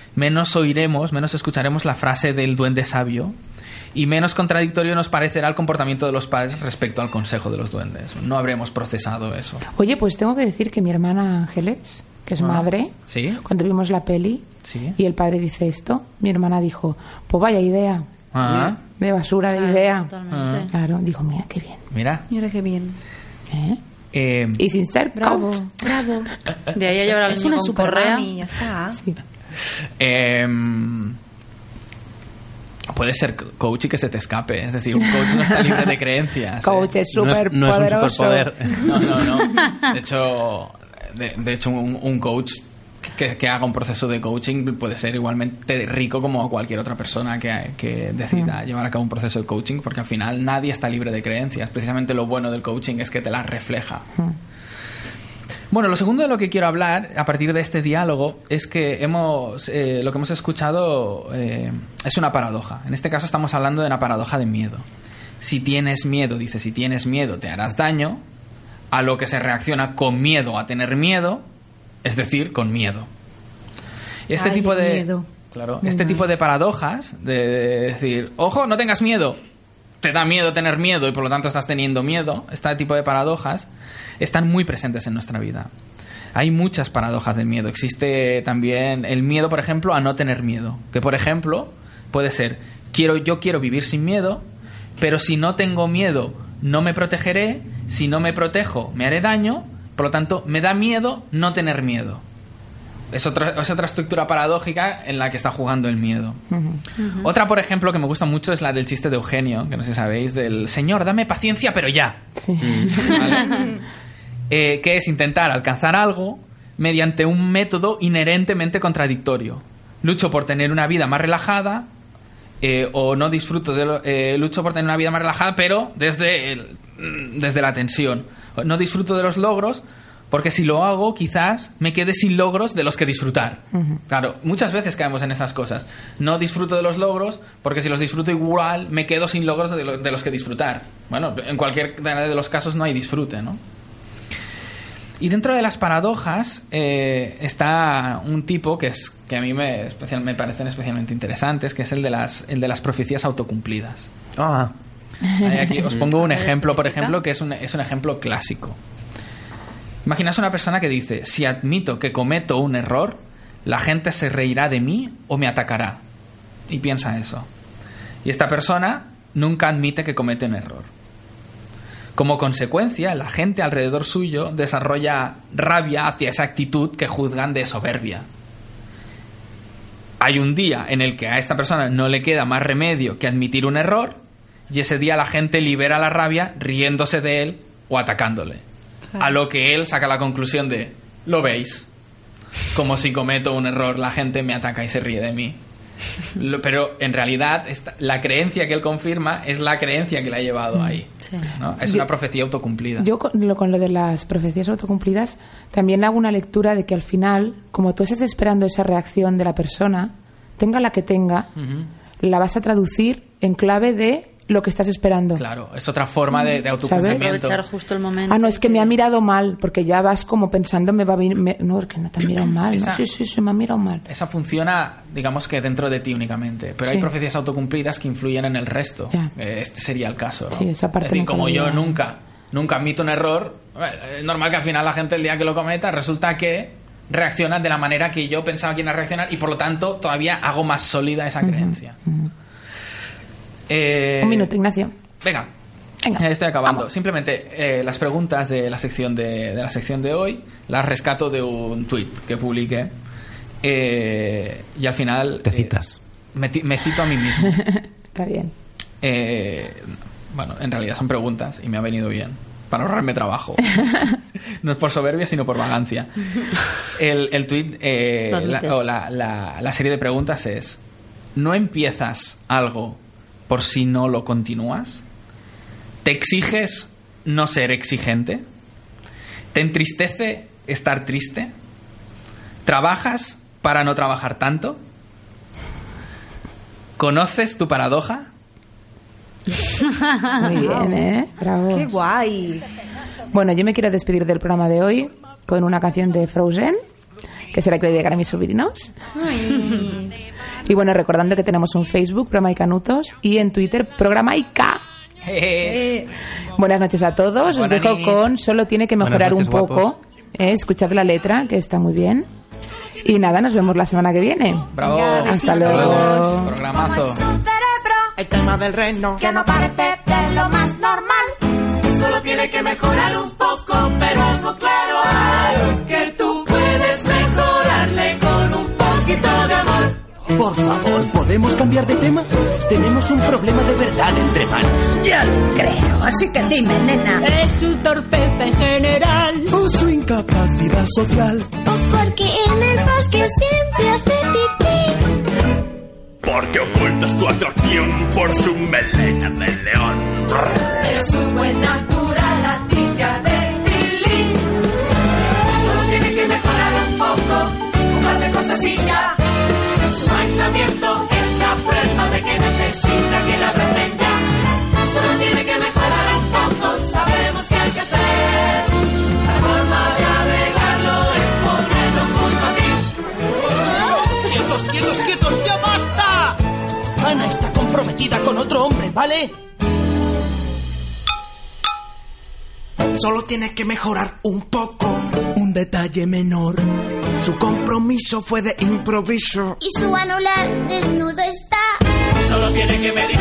menos oiremos, menos escucharemos la frase del duende sabio y menos contradictorio nos parecerá el comportamiento de los padres respecto al consejo de los duendes. No habremos procesado eso. Oye, pues tengo que decir que mi hermana Ángeles, que es madre, ¿sí? cuando vimos la peli ¿Sí? y el padre dice esto, mi hermana dijo, pues vaya idea, Ah, de basura de idea. Totalmente. Claro, dijo, mira qué bien. mira. Mira qué bien. Y sin ser Bravo, coach. bravo. De ahí a llevar al Es niño una con super correa. mami, ya está. Sí. Puede ser coach y que se te escape. Es decir, un coach no está libre de creencias. Coach es No es- súper no es un poderoso. superpoder. No. De hecho un coach que haga un proceso de coaching puede ser igualmente rico como cualquier otra persona que decida llevar a cabo un proceso de coaching, porque al final nadie está libre de creencias. Precisamente lo bueno del coaching es que te las refleja. Bueno, lo segundo de lo que quiero hablar a partir de este diálogo es que lo que hemos escuchado es una paradoja. En este caso estamos hablando de una paradoja de miedo. Si tienes miedo te harás daño, a lo que se reacciona con miedo a tener miedo, es decir, con miedo. Este Ay, tipo de miedo. Claro, este tipo de paradojas de decir, ojo, no tengas miedo, te da miedo tener miedo y por lo tanto estás teniendo miedo, este tipo de paradojas están muy presentes en nuestra vida. Hay muchas paradojas del miedo. Existe también el miedo, por ejemplo, a no tener miedo, que por ejemplo puede ser, yo quiero vivir sin miedo, pero si no tengo miedo no me protegeré, si no me protejo me haré daño, por lo tanto me da miedo no tener miedo. Es otra estructura paradójica en la que está jugando el miedo. Otra, por ejemplo, que me gusta mucho es la del chiste de Eugenio, que no sé si sabéis, del señor, dame paciencia, pero ya. Sí. ¿Vale? Que es intentar alcanzar algo mediante un método inherentemente contradictorio. Lucho por tener una vida más relajada, o no disfruto lucho por tener una vida más relajada, pero desde la tensión. No disfruto de los logros, porque si lo hago, quizás me quede sin logros de los que disfrutar. Claro, muchas veces caemos en esas cosas. No disfruto de los logros, porque si los disfruto igual, me quedo sin logros de los que disfrutar. Bueno, en cualquier de los casos no hay disfrute, ¿no? Y dentro de las paradojas está un tipo que a mí me parecen especialmente interesantes, que es el de las profecías autocumplidas. Ah. Aquí os pongo un ejemplo, por ejemplo, que es un ejemplo clásico. Imaginaos una persona que dice, si admito que cometo un error, la gente se reirá de mí o me atacará. Y piensa eso. Y esta persona nunca admite que comete un error. Como consecuencia, la gente alrededor suyo desarrolla rabia hacia esa actitud que juzgan de soberbia. Hay un día en el que a esta persona no le queda más remedio que admitir un error, y ese día la gente libera la rabia riéndose de él o atacándole. A lo que él saca la conclusión de, ¿lo veis? Como si cometo un error, la gente me ataca y se ríe de mí. Pero en realidad la creencia que él confirma es la creencia que le ha llevado ahí. Sí. ¿No? Es una profecía autocumplida. Yo con lo de las profecías autocumplidas también hago una lectura de que al final, como tú estás esperando esa reacción de la persona, tenga la que tenga, la vas a traducir en clave de lo que estás esperando. Claro, es otra forma de autocumplimiento. Aprovechar justo el momento. Ah, no, es que me ha mirado mal, porque ya vas como pensando, me va a venir... No, es que no te ha mirado mal. Esa- ¿no? Sí, se me ha mirado mal. Esa funciona, digamos que dentro de ti únicamente. Pero hay Sí. profecías autocumplidas que influyen en el resto. Ya. Este sería el caso, ¿no? Sí, esa parte es decir, nunca como lo yo había- nunca admito un error, es normal que al final la gente el día que lo cometa resulta que reacciona de la manera que yo pensaba que iba a reaccionar y por lo tanto todavía hago más sólida esa creencia. Un minuto, Ignacio. Venga. Venga, Estoy acabando. vamos. Simplemente las preguntas de la sección de hoy las rescato de un tuit que publiqué y al final Te citas. me cito a mí mismo. Está bien. Bueno, en realidad son preguntas y me ha venido bien para ahorrarme trabajo. No es por soberbia, sino por vagancia. El tuit, Lo admites. la serie de preguntas es: ¿no empiezas algo por si no lo continúas? ¿Te exiges no ser exigente? ¿Te entristece estar triste? ¿Trabajas para no trabajar tanto? ¿Conoces tu paradoja? Muy bien, ¿eh? Bravo. ¡Qué guay! Bueno, yo me quiero despedir del programa de hoy con una canción de Frozen que será que le llegará a mis sobrinos. Y bueno, recordando que tenemos un Facebook, Programa y Canutos, y en Twitter, Programa y K. Buenas noches a todos. Os dejo con Solo tiene que mejorar un poco. Escuchad la letra, que está muy bien. Y nada, nos vemos la semana que viene. Bravo. Hasta luego. Programazo. El tema del reino que no parece de lo más normal. Solo tiene que mejorar un poco, pero algo claro hay. Que tú puedes mejorarle con un poquito de amor. Por favor, ¿podemos cambiar de tema? Tenemos un problema de verdad entre manos. Ya lo creo, así que dime, nena. ¿Es su torpeza en general? ¿O su incapacidad social? ¿O porque en el bosque siempre hace pipí? Porque ocultas tu atracción por su melena de león. Pero su buena naturalidad de Tilly. Solo tiene que mejorar un poco, un par de cosas y ya. Su aislamiento es la prueba de que necesita que la abracen ya. Solo tiene que mejorar un poco, sabemos qué hay que hacer. La forma de arreglarlo es ponerlo junto a ti. ¡Quietos, ya basta! Ana está comprometida con otro hombre, ¿vale? Solo tiene que mejorar un poco. Un detalle menor. Su compromiso fue de improviso. Y su anular desnudo está. Solo tiene que medir